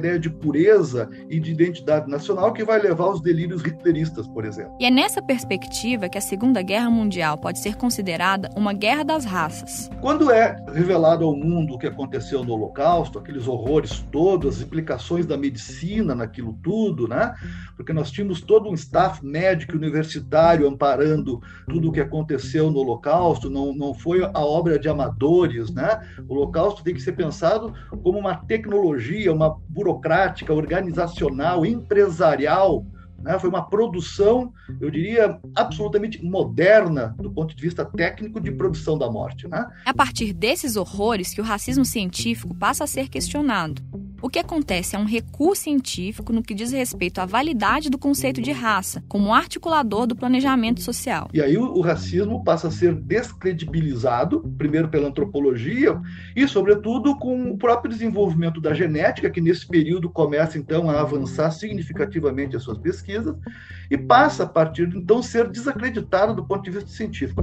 ideia de pureza e de identidade nacional que vai levar aos delírios hitleristas, por exemplo. E é nessa perspectiva que a Segunda Guerra Mundial pode ser considerada uma guerra das raças. Quando é revelado ao mundo o que aconteceu no Holocausto, aqueles horrores todos, as implicações da medicina naquilo tudo, né? Porque nós tínhamos todo um staff médico universitário amparando tudo o que aconteceu no Holocausto, não foi a obra de amadores, né? O Holocausto tem que ser pensado como uma tecnologia, uma burocrática, organizacional, empresarial, né? Foi uma produção, eu diria, absolutamente moderna do ponto de vista técnico de produção da morte, né? É a partir desses horrores que o racismo científico passa a ser questionado. O que acontece é um recuo científico no que diz respeito à validade do conceito de raça como articulador do planejamento social. E aí o racismo passa a ser descredibilizado, primeiro pela antropologia e, sobretudo, com o próprio desenvolvimento da genética, que nesse período começa, então, a avançar significativamente as suas pesquisas e passa, a partir de então, ser desacreditado do ponto de vista científico.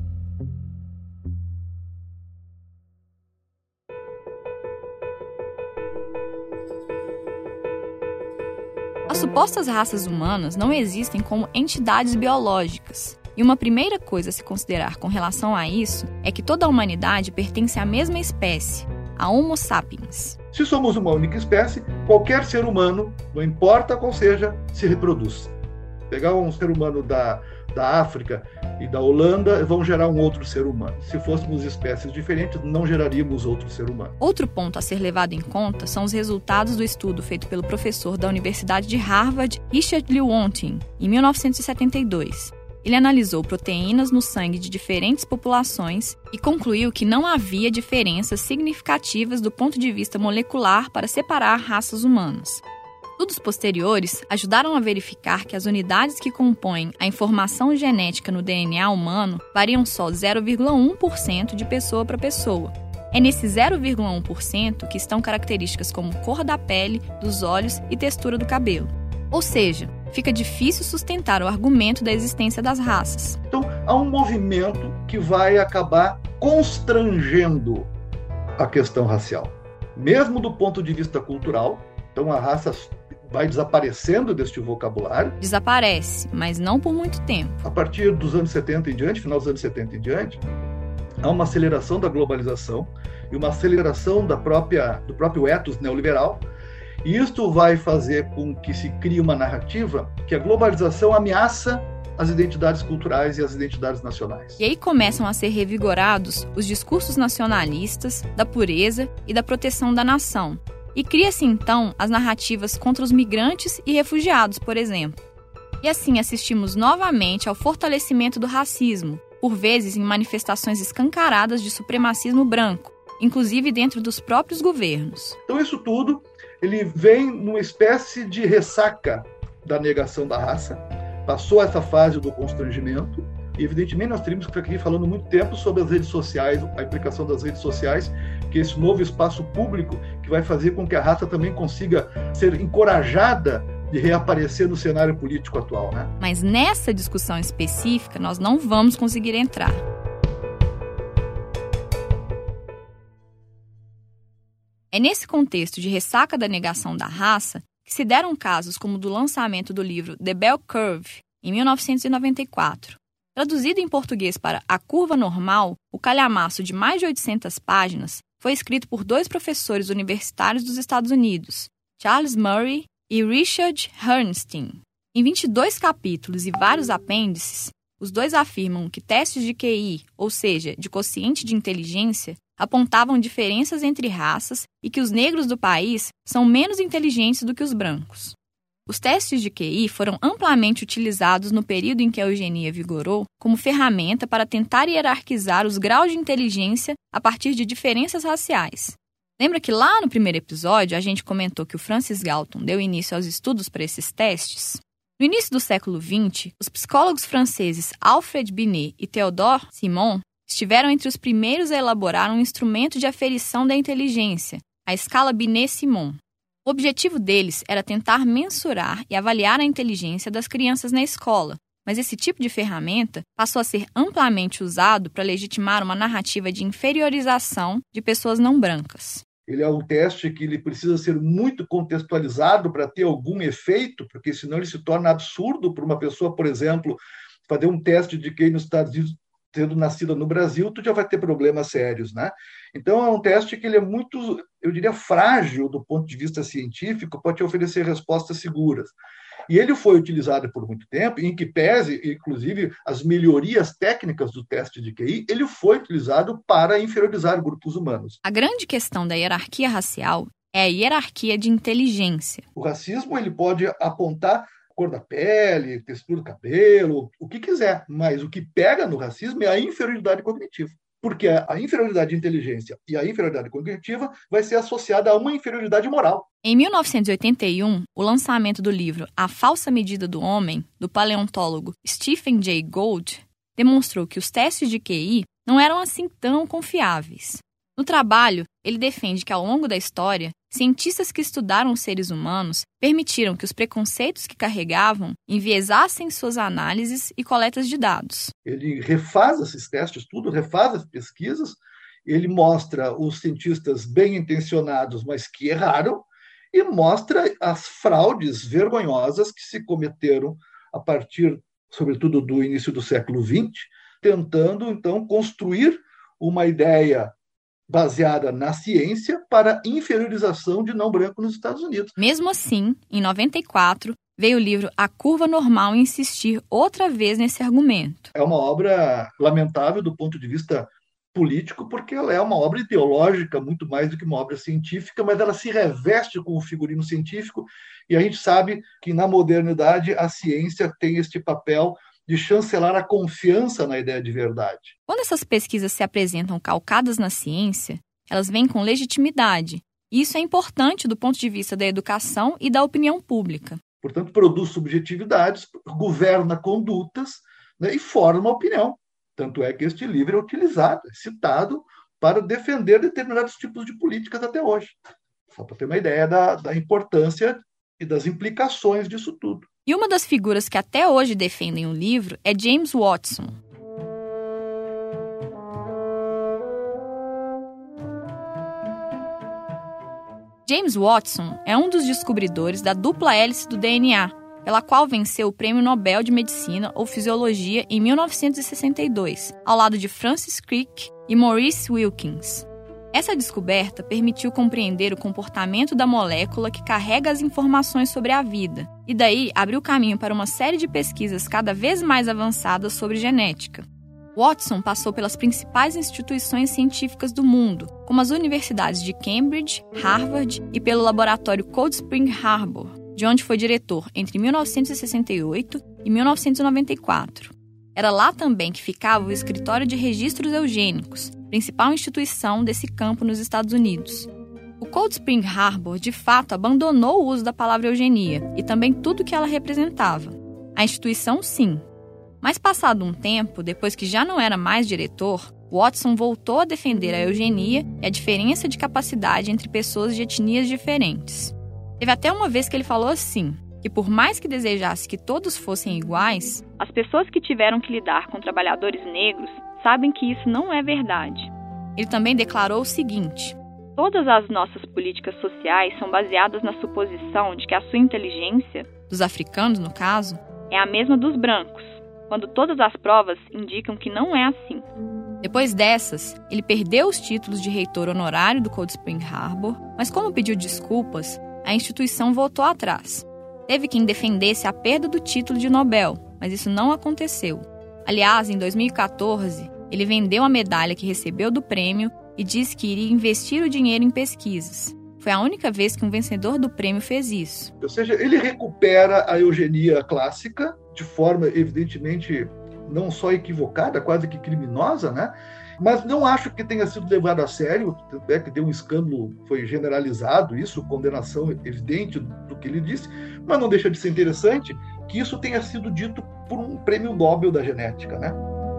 As supostas raças humanas não existem como entidades biológicas. E uma primeira coisa a se considerar com relação a isso é que toda a humanidade pertence à mesma espécie, a Homo sapiens. Se somos uma única espécie, qualquer ser humano, não importa qual seja, se reproduz. Pegar um ser humano da África e da Holanda, vão gerar um outro ser humano. Se fôssemos espécies diferentes, não geraríamos outro ser humano. Outro ponto a ser levado em conta são os resultados do estudo feito pelo professor da Universidade de Harvard, Richard Lewontin, em 1972. Ele analisou proteínas no sangue de diferentes populações e concluiu que não havia diferenças significativas do ponto de vista molecular para separar raças humanas. Estudos posteriores ajudaram a verificar que as unidades que compõem a informação genética no DNA humano variam só 0,1% de pessoa para pessoa. É nesse 0,1% que estão características como cor da pele, dos olhos e textura do cabelo. Ou seja, fica difícil sustentar o argumento da existência das raças. Então, há um movimento que vai acabar constrangendo a questão racial, mesmo do ponto de vista cultural. Então, a raça vai desaparecendo deste vocabulário. Desaparece, mas não por muito tempo. A partir dos anos 70 em diante, final dos anos 70 em diante, há uma aceleração da globalização e uma aceleração do próprio ethos neoliberal. E isto vai fazer com que se crie uma narrativa que a globalização ameaça as identidades culturais e as identidades nacionais. E aí começam a ser revigorados os discursos nacionalistas, da pureza e da proteção da nação. E cria-se, então, as narrativas contra os migrantes e refugiados, por exemplo. E assim assistimos novamente ao fortalecimento do racismo, por vezes em manifestações escancaradas de supremacismo branco, inclusive dentro dos próprios governos. Então isso tudo, ele vem numa espécie de ressaca da negação da raça, passou essa fase do constrangimento, e evidentemente nós teríamos que ficar aqui falando muito tempo sobre as redes sociais, a implicação das redes sociais, que é esse novo espaço público que vai fazer com que a raça também consiga ser encorajada de reaparecer no cenário político atual, né? Mas nessa discussão específica nós não vamos conseguir entrar. É nesse contexto de ressaca da negação da raça que se deram casos como o do lançamento do livro The Bell Curve, em 1994. Traduzido em português para A Curva Normal, o calhamaço de mais de 800 páginas foi escrito por 2 professores universitários dos Estados Unidos, Charles Murray e Richard Herrnstein. Em 22 capítulos e vários apêndices, os 2 afirmam que testes de QI, ou seja, de quociente de inteligência, apontavam diferenças entre raças e que os negros do país são menos inteligentes do que os brancos. Os testes de QI foram amplamente utilizados no período em que a eugenia vigorou como ferramenta para tentar hierarquizar os graus de inteligência a partir de diferenças raciais. Lembra que lá no primeiro episódio a gente comentou que o Francis Galton deu início aos estudos para esses testes? No início do século XX, os psicólogos franceses Alfred Binet e Théodore Simon estiveram entre os primeiros a elaborar um instrumento de aferição da inteligência, a escala Binet-Simon. O objetivo deles era tentar mensurar e avaliar a inteligência das crianças na escola, mas esse tipo de ferramenta passou a ser amplamente usado para legitimar uma narrativa de inferiorização de pessoas não brancas. Ele é um teste que ele precisa ser muito contextualizado para ter algum efeito, porque senão ele se torna absurdo para uma pessoa, por exemplo, fazer um teste de QI nos Estados Unidos, tendo nascido no Brasil, tu já vai ter problemas sérios, né? Então, é um teste que ele é muito, eu diria, frágil do ponto de vista científico, para te oferecer respostas seguras. E ele foi utilizado por muito tempo, em que pese, inclusive, as melhorias técnicas do teste de QI, ele foi utilizado para inferiorizar grupos humanos. A grande questão da hierarquia racial é a hierarquia de inteligência. O racismo ele pode apontar cor da pele, textura do cabelo, o que quiser, mas o que pega no racismo é a inferioridade cognitiva. Porque a inferioridade de inteligência e a inferioridade cognitiva vai ser associada a uma inferioridade moral. Em 1981, o lançamento do livro A Falsa Medida do Homem, do paleontólogo Stephen Jay Gould, demonstrou que os testes de QI não eram assim tão confiáveis. No trabalho, ele defende que ao longo da história, cientistas que estudaram os seres humanos permitiram que os preconceitos que carregavam enviesassem suas análises e coletas de dados. Ele refaz esses testes, tudo, refaz as pesquisas, ele mostra os cientistas bem intencionados, mas que erraram, e mostra as fraudes vergonhosas que se cometeram a partir, sobretudo, do início do século XX, tentando, então, construir uma ideia baseada na ciência para inferiorização de não branco nos Estados Unidos. Mesmo assim, em 94, veio o livro A Curva Normal insistir outra vez nesse argumento. É uma obra lamentável do ponto de vista político, porque ela é uma obra ideológica muito mais do que uma obra científica, mas ela se reveste com o figurino científico, e a gente sabe que na modernidade a ciência tem este papel de chancelar a confiança na ideia de verdade. Quando essas pesquisas se apresentam calcadas na ciência, elas vêm com legitimidade. E isso é importante do ponto de vista da educação e da opinião pública. Portanto, produz subjetividades, governa condutas, né, e forma opinião. Tanto é que este livro é utilizado, é citado para defender determinados tipos de políticas até hoje. Só para ter uma ideia da importância e das implicações disso tudo. E uma das figuras que até hoje defendem o livro é James Watson. James Watson é um dos descobridores da dupla hélice do DNA, pela qual venceu o Prêmio Nobel de Medicina ou Fisiologia em 1962, ao lado de Francis Crick e Maurice Wilkins. Essa descoberta permitiu compreender o comportamento da molécula que carrega as informações sobre a vida, e daí abriu caminho para uma série de pesquisas cada vez mais avançadas sobre genética. Watson passou pelas principais instituições científicas do mundo, como as universidades de Cambridge, Harvard e pelo laboratório Cold Spring Harbor, de onde foi diretor entre 1968 e 1994. Era lá também que ficava o Escritório de Registros Eugênicos, principal instituição desse campo nos Estados Unidos. O Cold Spring Harbor, de fato, abandonou o uso da palavra eugenia e também tudo o que ela representava. A instituição, sim. Mas passado um tempo, depois que já não era mais diretor, Watson voltou a defender a eugenia e a diferença de capacidade entre pessoas de etnias diferentes. Teve até uma vez que ele falou assim, que por mais que desejasse que todos fossem iguais, as pessoas que tiveram que lidar com trabalhadores negros sabem que isso não é verdade. Ele também declarou o seguinte: todas as nossas políticas sociais são baseadas na suposição de que a sua inteligência, dos africanos no caso, é a mesma dos brancos, quando todas as provas indicam que não é assim. Depois dessas, ele perdeu os títulos de reitor honorário do Cold Spring Harbor, mas como pediu desculpas, a instituição voltou atrás. Teve quem defendesse a perda do título de Nobel, mas isso não aconteceu. Aliás, em 2014, ele vendeu a medalha que recebeu do prêmio e disse que iria investir o dinheiro em pesquisas. Foi a única vez que um vencedor do prêmio fez isso. Ou seja, ele recupera a eugenia clássica de forma, evidentemente, não só equivocada, quase que criminosa, né? Mas não acho que tenha sido levado a sério, tanto é que deu um escândalo, foi generalizado isso, condenação evidente do que ele disse, mas não deixa de ser interessante que isso tenha sido dito por um prêmio Nobel da genética, né?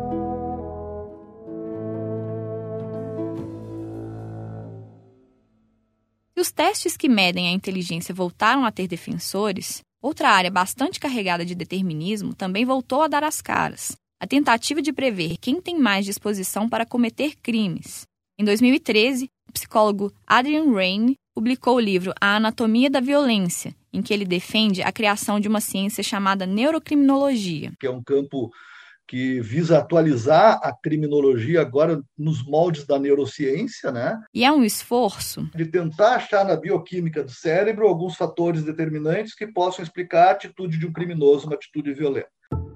Se os testes que medem a inteligência voltaram a ter defensores, outra área bastante carregada de determinismo também voltou a dar as caras. A tentativa de prever quem tem mais disposição para cometer crimes. Em 2013, o psicólogo Adrian Raine publicou o livro A Anatomia da Violência, em que ele defende a criação de uma ciência chamada neurocriminologia. Que é um campo que visa atualizar a criminologia agora nos moldes da neurociência, né? E é um esforço de tentar achar na bioquímica do cérebro alguns fatores determinantes que possam explicar a atitude de um criminoso, uma atitude violenta.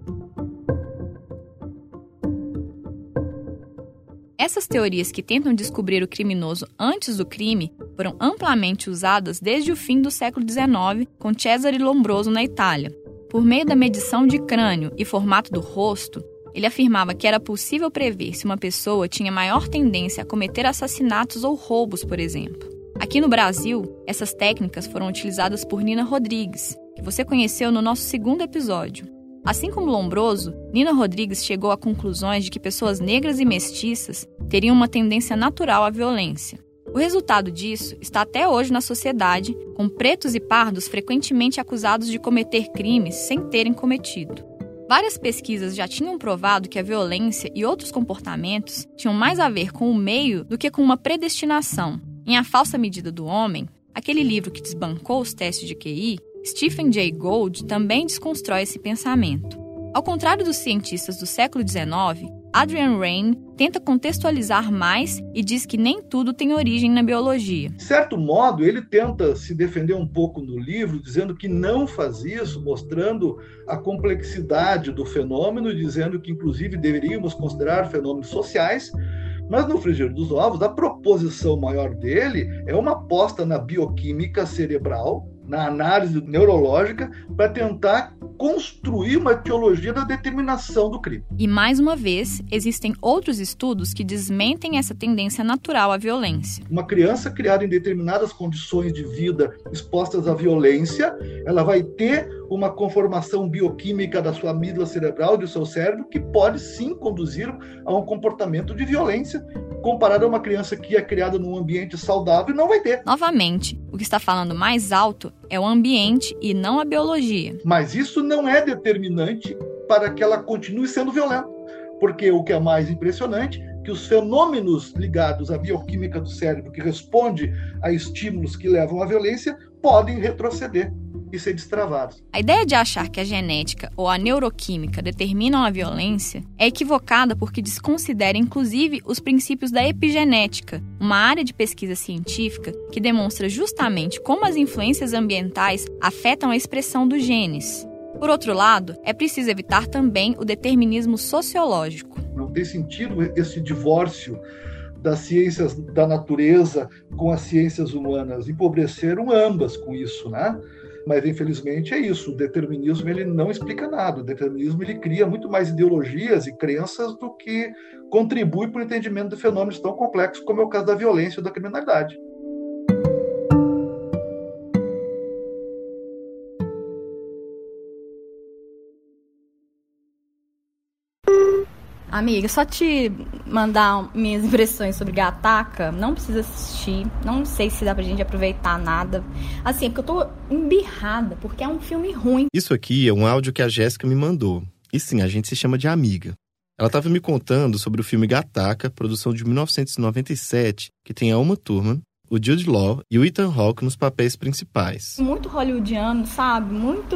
Essas teorias que tentam descobrir o criminoso antes do crime foram amplamente usadas desde o fim do século XIX com Cesare Lombroso na Itália. Por meio da medição de crânio e formato do rosto, ele afirmava que era possível prever se uma pessoa tinha maior tendência a cometer assassinatos ou roubos, por exemplo. Aqui no Brasil, essas técnicas foram utilizadas por Nina Rodrigues, que você conheceu no nosso segundo episódio. Assim como Lombroso, Nina Rodrigues chegou a conclusões de que pessoas negras e mestiças teriam uma tendência natural à violência. O resultado disso está até hoje na sociedade, com pretos e pardos frequentemente acusados de cometer crimes sem terem cometido. Várias pesquisas já tinham provado que a violência e outros comportamentos tinham mais a ver com o meio do que com uma predestinação. Em A Falsa Medida do Homem, aquele livro que desbancou os testes de QI, Stephen Jay Gould também desconstrói esse pensamento. Ao contrário dos cientistas do século XIX, Adrian Raine tenta contextualizar mais e diz que nem tudo tem origem na biologia. De certo modo, ele tenta se defender um pouco no livro, dizendo que não faz isso, mostrando a complexidade do fenômeno, dizendo que, inclusive, deveríamos considerar fenômenos sociais, mas no frigir dos ovos, a proposição maior dele é uma aposta na bioquímica cerebral, na análise neurológica, para tentar construir uma teologia da determinação do crime. E, mais uma vez, existem outros estudos que desmentem essa tendência natural à violência. Uma criança criada em determinadas condições de vida expostas à violência, ela vai ter uma conformação bioquímica da sua amígdala cerebral, do seu cérebro, que pode sim conduzir a um comportamento de violência, comparado a uma criança que é criada num ambiente saudável e não vai ter. Novamente, o que está falando mais alto é o ambiente e não a biologia. Mas isso não é determinante para que ela continue sendo violenta, porque o que é mais impressionante é que os fenômenos ligados à bioquímica do cérebro, que responde a estímulos que levam à violência, podem retroceder e ser destravados. A ideia de achar que a genética ou a neuroquímica determinam a violência é equivocada porque desconsidera inclusive os princípios da epigenética, uma área de pesquisa científica que demonstra justamente como as influências ambientais afetam a expressão dos genes. Por outro lado, é preciso evitar também o determinismo sociológico. Não tem sentido esse divórcio das ciências da natureza com as ciências humanas. Empobreceram ambas com isso, né? Mas, infelizmente, é isso. O determinismo ele não explica nada. O determinismo ele cria muito mais ideologias e crenças do que contribui para o entendimento de fenômenos tão complexos como é o caso da violência ou da criminalidade. Amiga, só te mandar minhas impressões sobre Gattaca. Não precisa assistir. Não sei se dá pra gente aproveitar nada. Assim, é porque eu tô embirrada, porque é um filme ruim. Isso aqui é um áudio que a Jéssica me mandou. E sim, a gente se chama de amiga. Ela tava me contando sobre o filme Gattaca, produção de 1997, que tem a Uma Thurman, o Jude Law e o Ethan Hawke nos papéis principais. Muito hollywoodiano, sabe? Muito...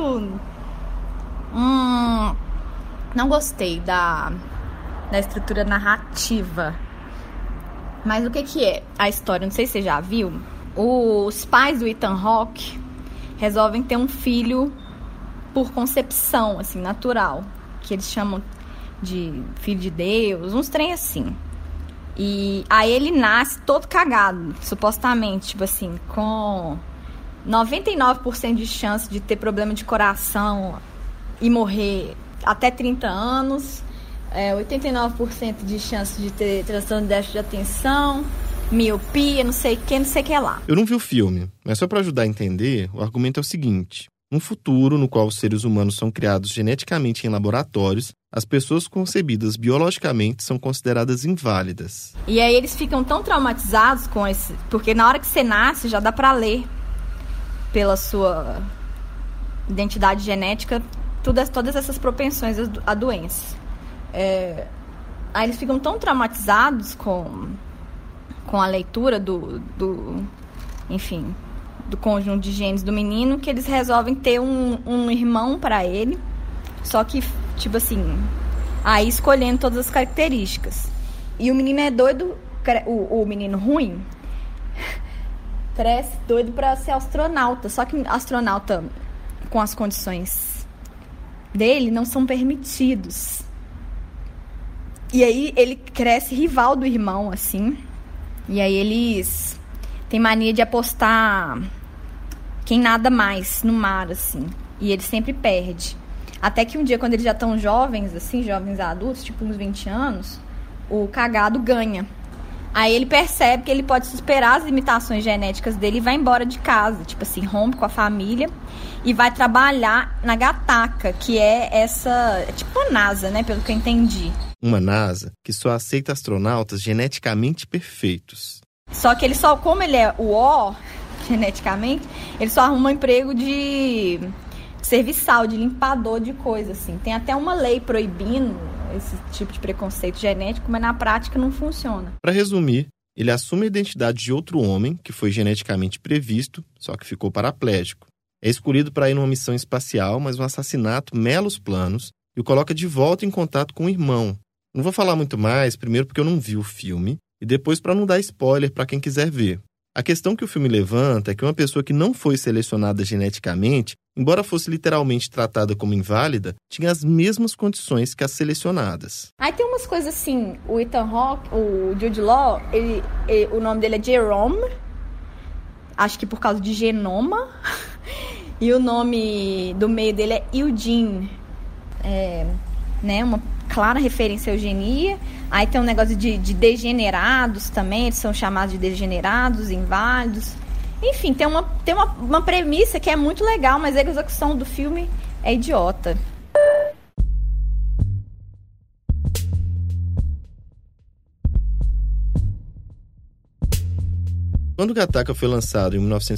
Não gostei da estrutura narrativa. Mas o que é a história? Não sei se você já viu. Os pais do Ethan Hawke resolvem ter um filho por concepção, assim, natural. Que eles chamam de filho de Deus, uns trem assim. E aí ele nasce todo cagado, supostamente, tipo assim, com 99% de chance de ter problema de coração e morrer até 30 anos. 89% de chance de ter transtorno de déficit de atenção, miopia, não sei o que lá. Eu não vi o filme, mas só para ajudar a entender, o argumento é o seguinte: um futuro no qual os seres humanos são criados geneticamente em laboratórios, as pessoas concebidas biologicamente são consideradas inválidas. E aí eles ficam tão traumatizados com esse... Porque na hora que você nasce, já dá para ler pela sua identidade genética todas essas propensões à doença. Aí eles ficam tão traumatizados com com a leitura do conjunto de genes do menino, que eles resolvem ter um irmão para ele, só que, tipo assim, aí escolhendo todas as características. E o menino é doido, o menino ruim, cresce doido para ser astronauta, só que astronauta com as condições dele não são permitidos. E aí ele cresce rival do irmão, assim, e aí eles têm mania de apostar quem nada mais no mar, assim, e ele sempre perde. Até que um dia, quando eles já estão jovens, assim, jovens adultos, tipo uns 20 anos, o cagado ganha. Aí ele percebe que ele pode superar as limitações genéticas dele e vai embora de casa, tipo assim, rompe com a família e vai trabalhar na Gataca, que é essa, tipo a NASA, né, pelo que eu entendi. Uma NASA que só aceita astronautas geneticamente perfeitos. Só que ele só, como ele é o O, geneticamente, ele só arruma um emprego de serviçal, de limpador de coisa, assim. Tem até uma lei proibindo esse tipo de preconceito genético, mas na prática não funciona. Para resumir, ele assume a identidade de outro homem que foi geneticamente previsto, só que ficou paraplégico. É escolhido para ir numa missão espacial, mas um assassinato mela os planos e o coloca de volta em contato com o irmão. Não vou falar muito mais, primeiro porque eu não vi o filme, e depois para não dar spoiler para quem quiser ver. A questão que o filme levanta é que uma pessoa que não foi selecionada geneticamente, embora fosse literalmente tratada como inválida, tinha as mesmas condições que as selecionadas. Aí tem umas coisas assim, o Ethan Hawke, o Jude Law, o nome dele é Jerome, acho que por causa de genoma, e o nome do meio dele é Eugene, né, uma clara referência à eugenia. Aí tem um negócio de degenerados também, eles são chamados de degenerados, inválidos. Enfim, tem uma premissa que é muito legal, mas a execução do filme é idiota. Quando Gataca foi lançado em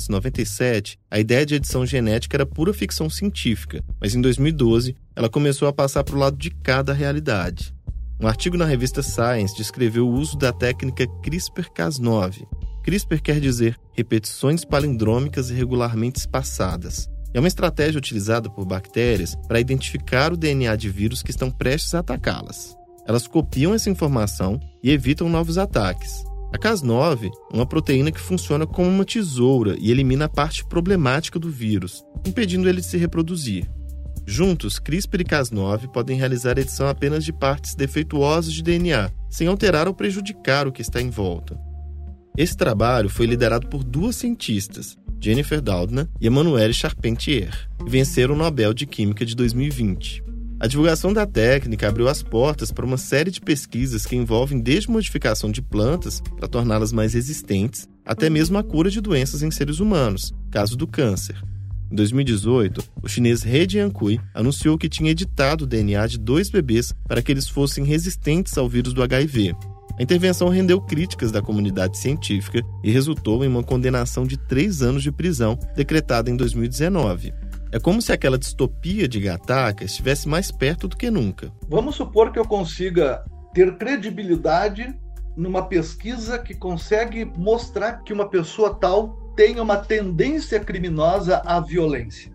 1997, a ideia de edição genética era pura ficção científica, mas em 2012 ela começou a passar para o lado de cá da realidade. Um artigo na revista Science descreveu o uso da técnica CRISPR-Cas9. CRISPR quer dizer repetições palindrômicas irregularmente espaçadas. É uma estratégia utilizada por bactérias para identificar o DNA de vírus que estão prestes a atacá-las. Elas copiam essa informação e evitam novos ataques. A Cas9 é uma proteína que funciona como uma tesoura e elimina a parte problemática do vírus, impedindo ele de se reproduzir. Juntos, CRISPR e Cas9 podem realizar a edição apenas de partes defeituosas de DNA, sem alterar ou prejudicar o que está em volta. Esse trabalho foi liderado por duas cientistas, Jennifer Doudna e Emmanuelle Charpentier, que venceram o Nobel de Química de 2020. A divulgação da técnica abriu as portas para uma série de pesquisas que envolvem desde modificação de plantas para torná-las mais resistentes, até mesmo a cura de doenças em seres humanos, caso do câncer. Em 2018, o chinês He Jiankui anunciou que tinha editado o DNA de 2 bebês para que eles fossem resistentes ao vírus do HIV. A intervenção rendeu críticas da comunidade científica e resultou em uma condenação de 3 anos de prisão, decretada em 2019. É como se aquela distopia de Gataca estivesse mais perto do que nunca. Vamos supor que eu consiga ter credibilidade numa pesquisa que consegue mostrar que uma pessoa tal tem uma tendência criminosa à violência.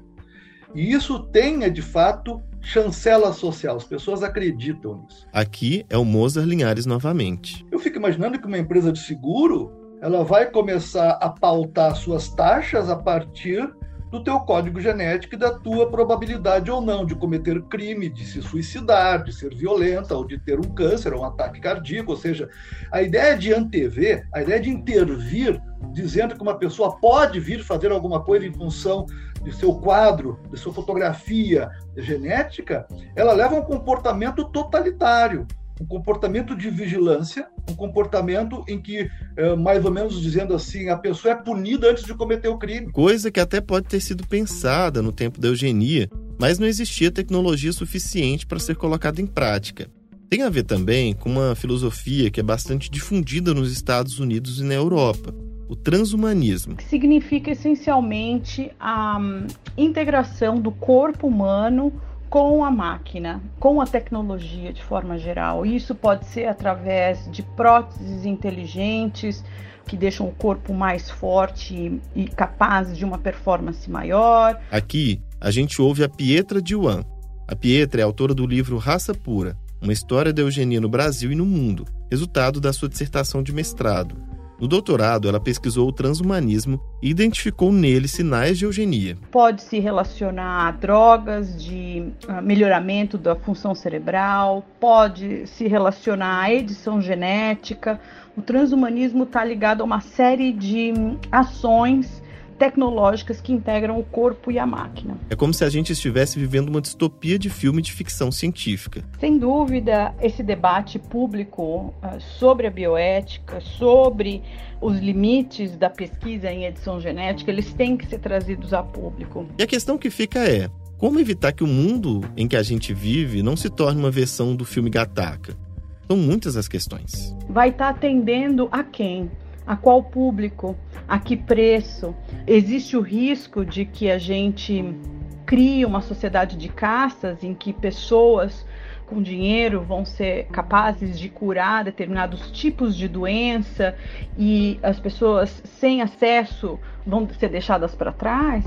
E isso tenha, de fato, chancela social. As pessoas acreditam nisso. Aqui é o Mozart Linhares novamente. Eu fico imaginando que uma empresa de seguro ela vai começar a pautar suas taxas a partir do teu código genético e da tua probabilidade ou não de cometer crime, de se suicidar, de ser violenta, ou de ter um câncer, ou um ataque cardíaco. Ou seja, a ideia de antever, a ideia de intervir, dizendo que uma pessoa pode vir fazer alguma coisa em função de seu quadro, de sua fotografia genética, ela leva a um comportamento totalitário, um comportamento de vigilância, um comportamento em que, mais ou menos dizendo assim, a pessoa é punida antes de cometer o crime. Coisa que até pode ter sido pensada no tempo da eugenia, mas não existia tecnologia suficiente para ser colocada em prática. Tem a ver também com uma filosofia que é bastante difundida nos Estados Unidos e na Europa, o transhumanismo. Significa essencialmente a integração do corpo humano com a máquina, com a tecnologia de forma geral. Isso pode ser através de próteses inteligentes que deixam o corpo mais forte e capaz de uma performance maior. Aqui, a gente ouve a Pietra Diwan. A Pietra é autora do livro Raça Pura, uma história da eugenia no Brasil e no mundo, resultado da sua dissertação de mestrado. No doutorado, ela pesquisou o transhumanismo e identificou nele sinais de eugenia. Pode se relacionar a drogas de melhoramento da função cerebral, pode se relacionar à edição genética. O transhumanismo está ligado a uma série de ações tecnológicas que integram o corpo e a máquina. É como se a gente estivesse vivendo uma distopia de filme de ficção científica. Sem dúvida, esse debate público sobre a bioética, sobre os limites da pesquisa em edição genética, eles têm que ser trazidos a público. E a questão que fica é, como evitar que o mundo em que a gente vive não se torne uma versão do filme Gattaca? São muitas as questões. Vai estar atendendo a quem? A qual público? A que preço? Existe o risco de que a gente crie uma sociedade de castas em que pessoas com dinheiro vão ser capazes de curar determinados tipos de doença e as pessoas sem acesso vão ser deixadas para trás?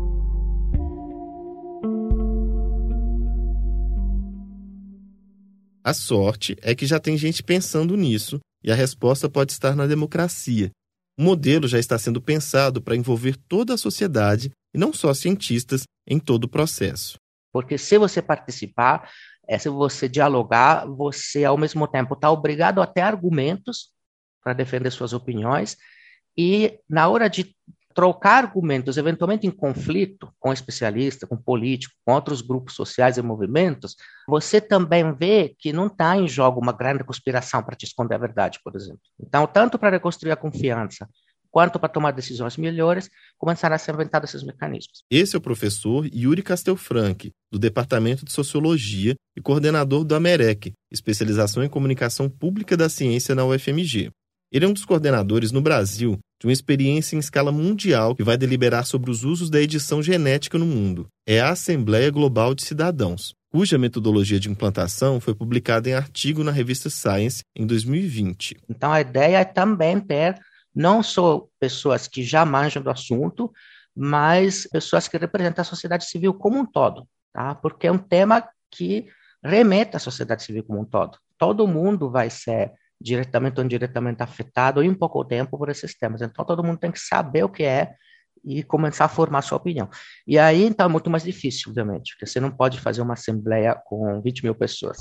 A sorte é que já tem gente pensando nisso e a resposta pode estar na democracia. O modelo já está sendo pensado para envolver toda a sociedade e não só cientistas em todo o processo. Porque se você participar, se você dialogar, você ao mesmo tempo está obrigado a ter argumentos para defender suas opiniões e na hora de trocar argumentos, eventualmente em conflito com especialista, com político, com outros grupos sociais e movimentos, você também vê que não está em jogo uma grande conspiração para te esconder a verdade, por exemplo. Então, tanto para reconstruir a confiança, quanto para tomar decisões melhores, começaram a ser inventados esses mecanismos. Esse é o professor Yuri Castelfranchi, do Departamento de Sociologia e coordenador do AMEREC, especialização em comunicação pública da ciência na UFMG. Ele é um dos coordenadores no Brasil de uma experiência em escala mundial que vai deliberar sobre os usos da edição genética no mundo. É a Assembleia Global de Cidadãos, cuja metodologia de implantação foi publicada em artigo na revista Science em 2020. Então a ideia é também ter não só pessoas que já manjam do assunto, mas pessoas que representam a sociedade civil como um todo, tá? Porque é um tema que remete à sociedade civil como um todo. Todo mundo vai ser diretamente ou indiretamente afetado em pouco tempo por esses temas. Então, todo mundo tem que saber o que é e começar a formar sua opinião. E aí, então, é muito mais difícil, obviamente, porque você não pode fazer uma assembleia com 20 mil pessoas.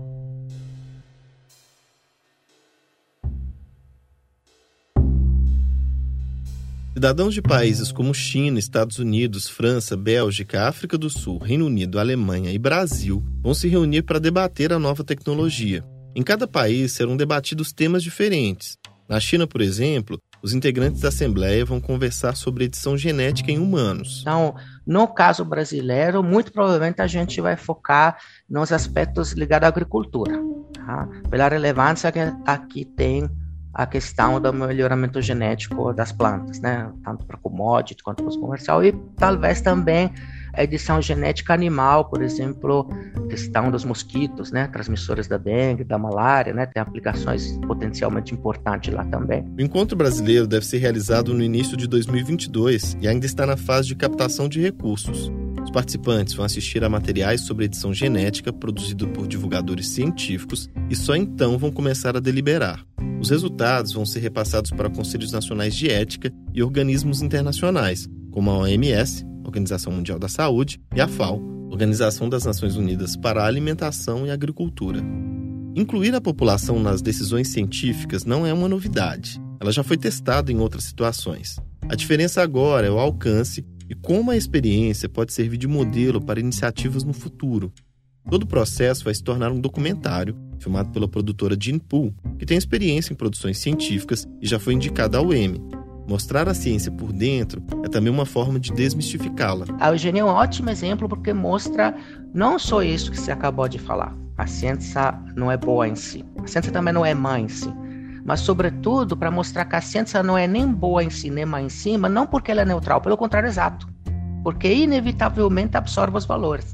Cidadãos de países como China, Estados Unidos, França, Bélgica, África do Sul, Reino Unido, Alemanha e Brasil vão se reunir para debater a nova tecnologia. Em cada país serão debatidos temas diferentes. Na China, por exemplo, os integrantes da Assembleia vão conversar sobre edição genética em humanos. Então, no caso brasileiro, muito provavelmente a gente vai focar nos aspectos ligados à agricultura, tá? Pela relevância que aqui tem a questão do melhoramento genético das plantas, né? Tanto para commodity quanto para comercial, e talvez também a edição genética animal, por exemplo, a questão dos mosquitos, né? Transmissores da dengue, da malária, né? Tem aplicações potencialmente importantes lá também. O encontro brasileiro deve ser realizado no início de 2022 e ainda está na fase de captação de recursos. Os participantes vão assistir a materiais sobre edição genética produzidos por divulgadores científicos e só então vão começar a deliberar. Os resultados vão ser repassados para conselhos nacionais de ética e organismos internacionais, como a OMS, Organização Mundial da Saúde, e a FAO, Organização das Nações Unidas para a Alimentação e Agricultura. Incluir a população nas decisões científicas não é uma novidade. Ela já foi testada em outras situações. A diferença agora é o alcance e como a experiência pode servir de modelo para iniciativas no futuro. Todo o processo vai se tornar um documentário, filmado pela produtora Gene Pool, que tem experiência em produções científicas e já foi indicada ao Emmy. Mostrar a ciência por dentro é também uma forma de desmistificá-la. A eugenia é um ótimo exemplo porque mostra não só isso que você acabou de falar. A ciência não é boa em si. A ciência também não é má em si. Mas, sobretudo, para mostrar que a ciência não é nem boa em si, nem má em si, mas não porque ela é neutral, pelo contrário, exato. Porque inevitavelmente absorve os valores.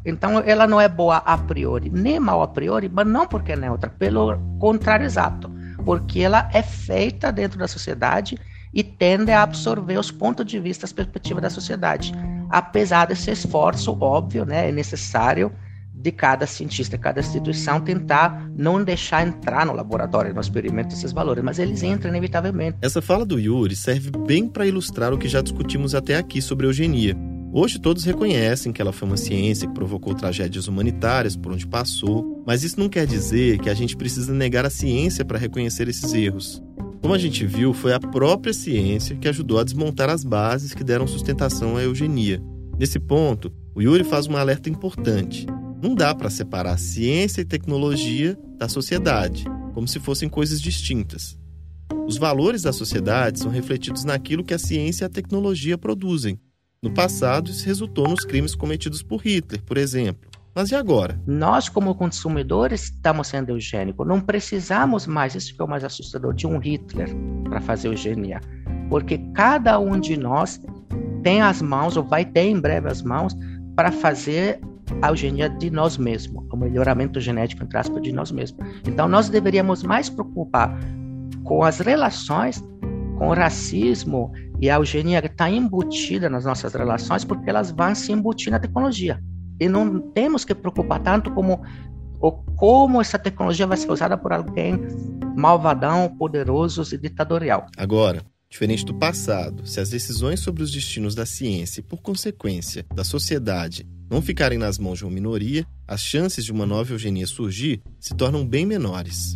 Então, ela não é boa a priori, nem mal a priori, mas não porque é neutra, pelo contrário exato, porque ela é feita dentro da sociedade e tende a absorver os pontos de vista, as perspectivas da sociedade, apesar desse esforço óbvio, né, é necessário de cada cientista, cada instituição tentar não deixar entrar no laboratório, no experimento, esses valores, mas eles entram inevitavelmente. Essa fala do Yuri serve bem para ilustrar o que já discutimos até aqui sobre eugenia. Hoje todos reconhecem que ela foi uma ciência que provocou tragédias humanitárias por onde passou, mas isso não quer dizer que a gente precisa negar a ciência para reconhecer esses erros. Como a gente viu, foi a própria ciência que ajudou a desmontar as bases que deram sustentação à eugenia. Nesse ponto, o Yuri faz um alerta importante. Não dá para separar ciência e tecnologia da sociedade, como se fossem coisas distintas. Os valores da sociedade são refletidos naquilo que a ciência e a tecnologia produzem. No passado, isso resultou nos crimes cometidos por Hitler, por exemplo. Mas e agora? Nós, como consumidores, estamos sendo eugênicos. Não precisamos mais, isso que é o mais assustador, de um Hitler para fazer eugenia. Porque cada um de nós tem as mãos, ou vai ter em breve as mãos, para fazer a eugenia de nós mesmos, o melhoramento genético, entre aspas, de nós mesmos. Então, nós deveríamos mais preocupar com as relações, com o racismo e a eugenia que está embutida nas nossas relações, porque elas vão se embutir na tecnologia. E não temos que preocupar tanto como essa tecnologia vai ser usada por alguém malvadão, poderoso e ditatorial. Agora, diferente do passado, se as decisões sobre os destinos da ciência e, por consequência, da sociedade não ficarem nas mãos de uma minoria, as chances de uma nova eugenia surgir se tornam bem menores.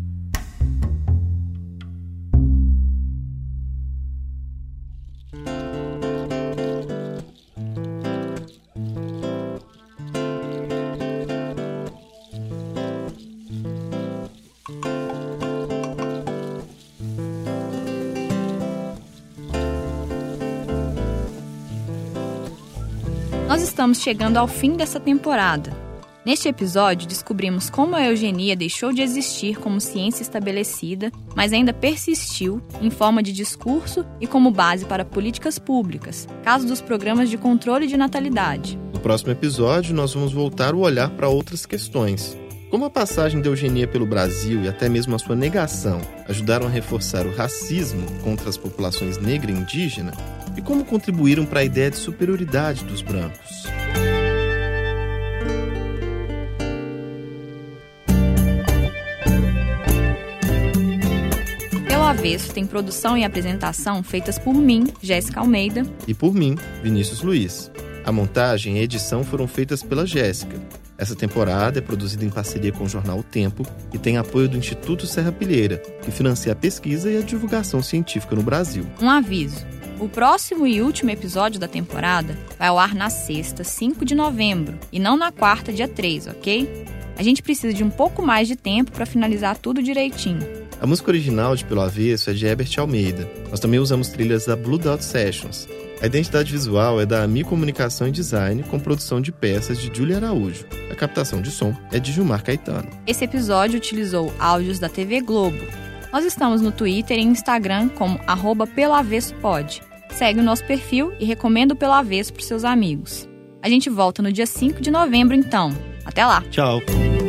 Nós estamos chegando ao fim dessa temporada. Neste episódio, descobrimos como a eugenia deixou de existir como ciência estabelecida, mas ainda persistiu em forma de discurso e como base para políticas públicas, caso dos programas de controle de natalidade. No próximo episódio, nós vamos voltar o olhar para outras questões. Como a passagem da eugenia pelo Brasil e até mesmo a sua negação ajudaram a reforçar o racismo contra as populações negra e indígena, e como contribuíram para a ideia de superioridade dos brancos. Pelo Avesso tem produção e apresentação feitas por mim, Jéssica Almeida, e por mim, Vinícius Luiz. A montagem e a edição foram feitas pela Jéssica. Essa temporada é produzida em parceria com o jornal O Tempo e tem apoio do Instituto Serrapilheira, que financia a pesquisa e a divulgação científica no Brasil. Um aviso. O próximo e último episódio da temporada vai ao ar na sexta, 5 de novembro, e não na quarta, dia 3, ok? A gente precisa de um pouco mais de tempo para finalizar tudo direitinho. A música original de Pelo Avesso é de Herbert Almeida. Nós também usamos trilhas da Blue Dot Sessions. A identidade visual é da AMI Comunicação e Design, com produção de peças de Júlia Araújo. A captação de som é de Gilmar Caetano. Esse episódio utilizou áudios da TV Globo. Nós estamos no Twitter e Instagram como @peloavessopod. Segue o nosso perfil e recomenda o Pelo Avesso para os seus amigos. A gente volta no dia 5 de novembro, então. Até lá! Tchau!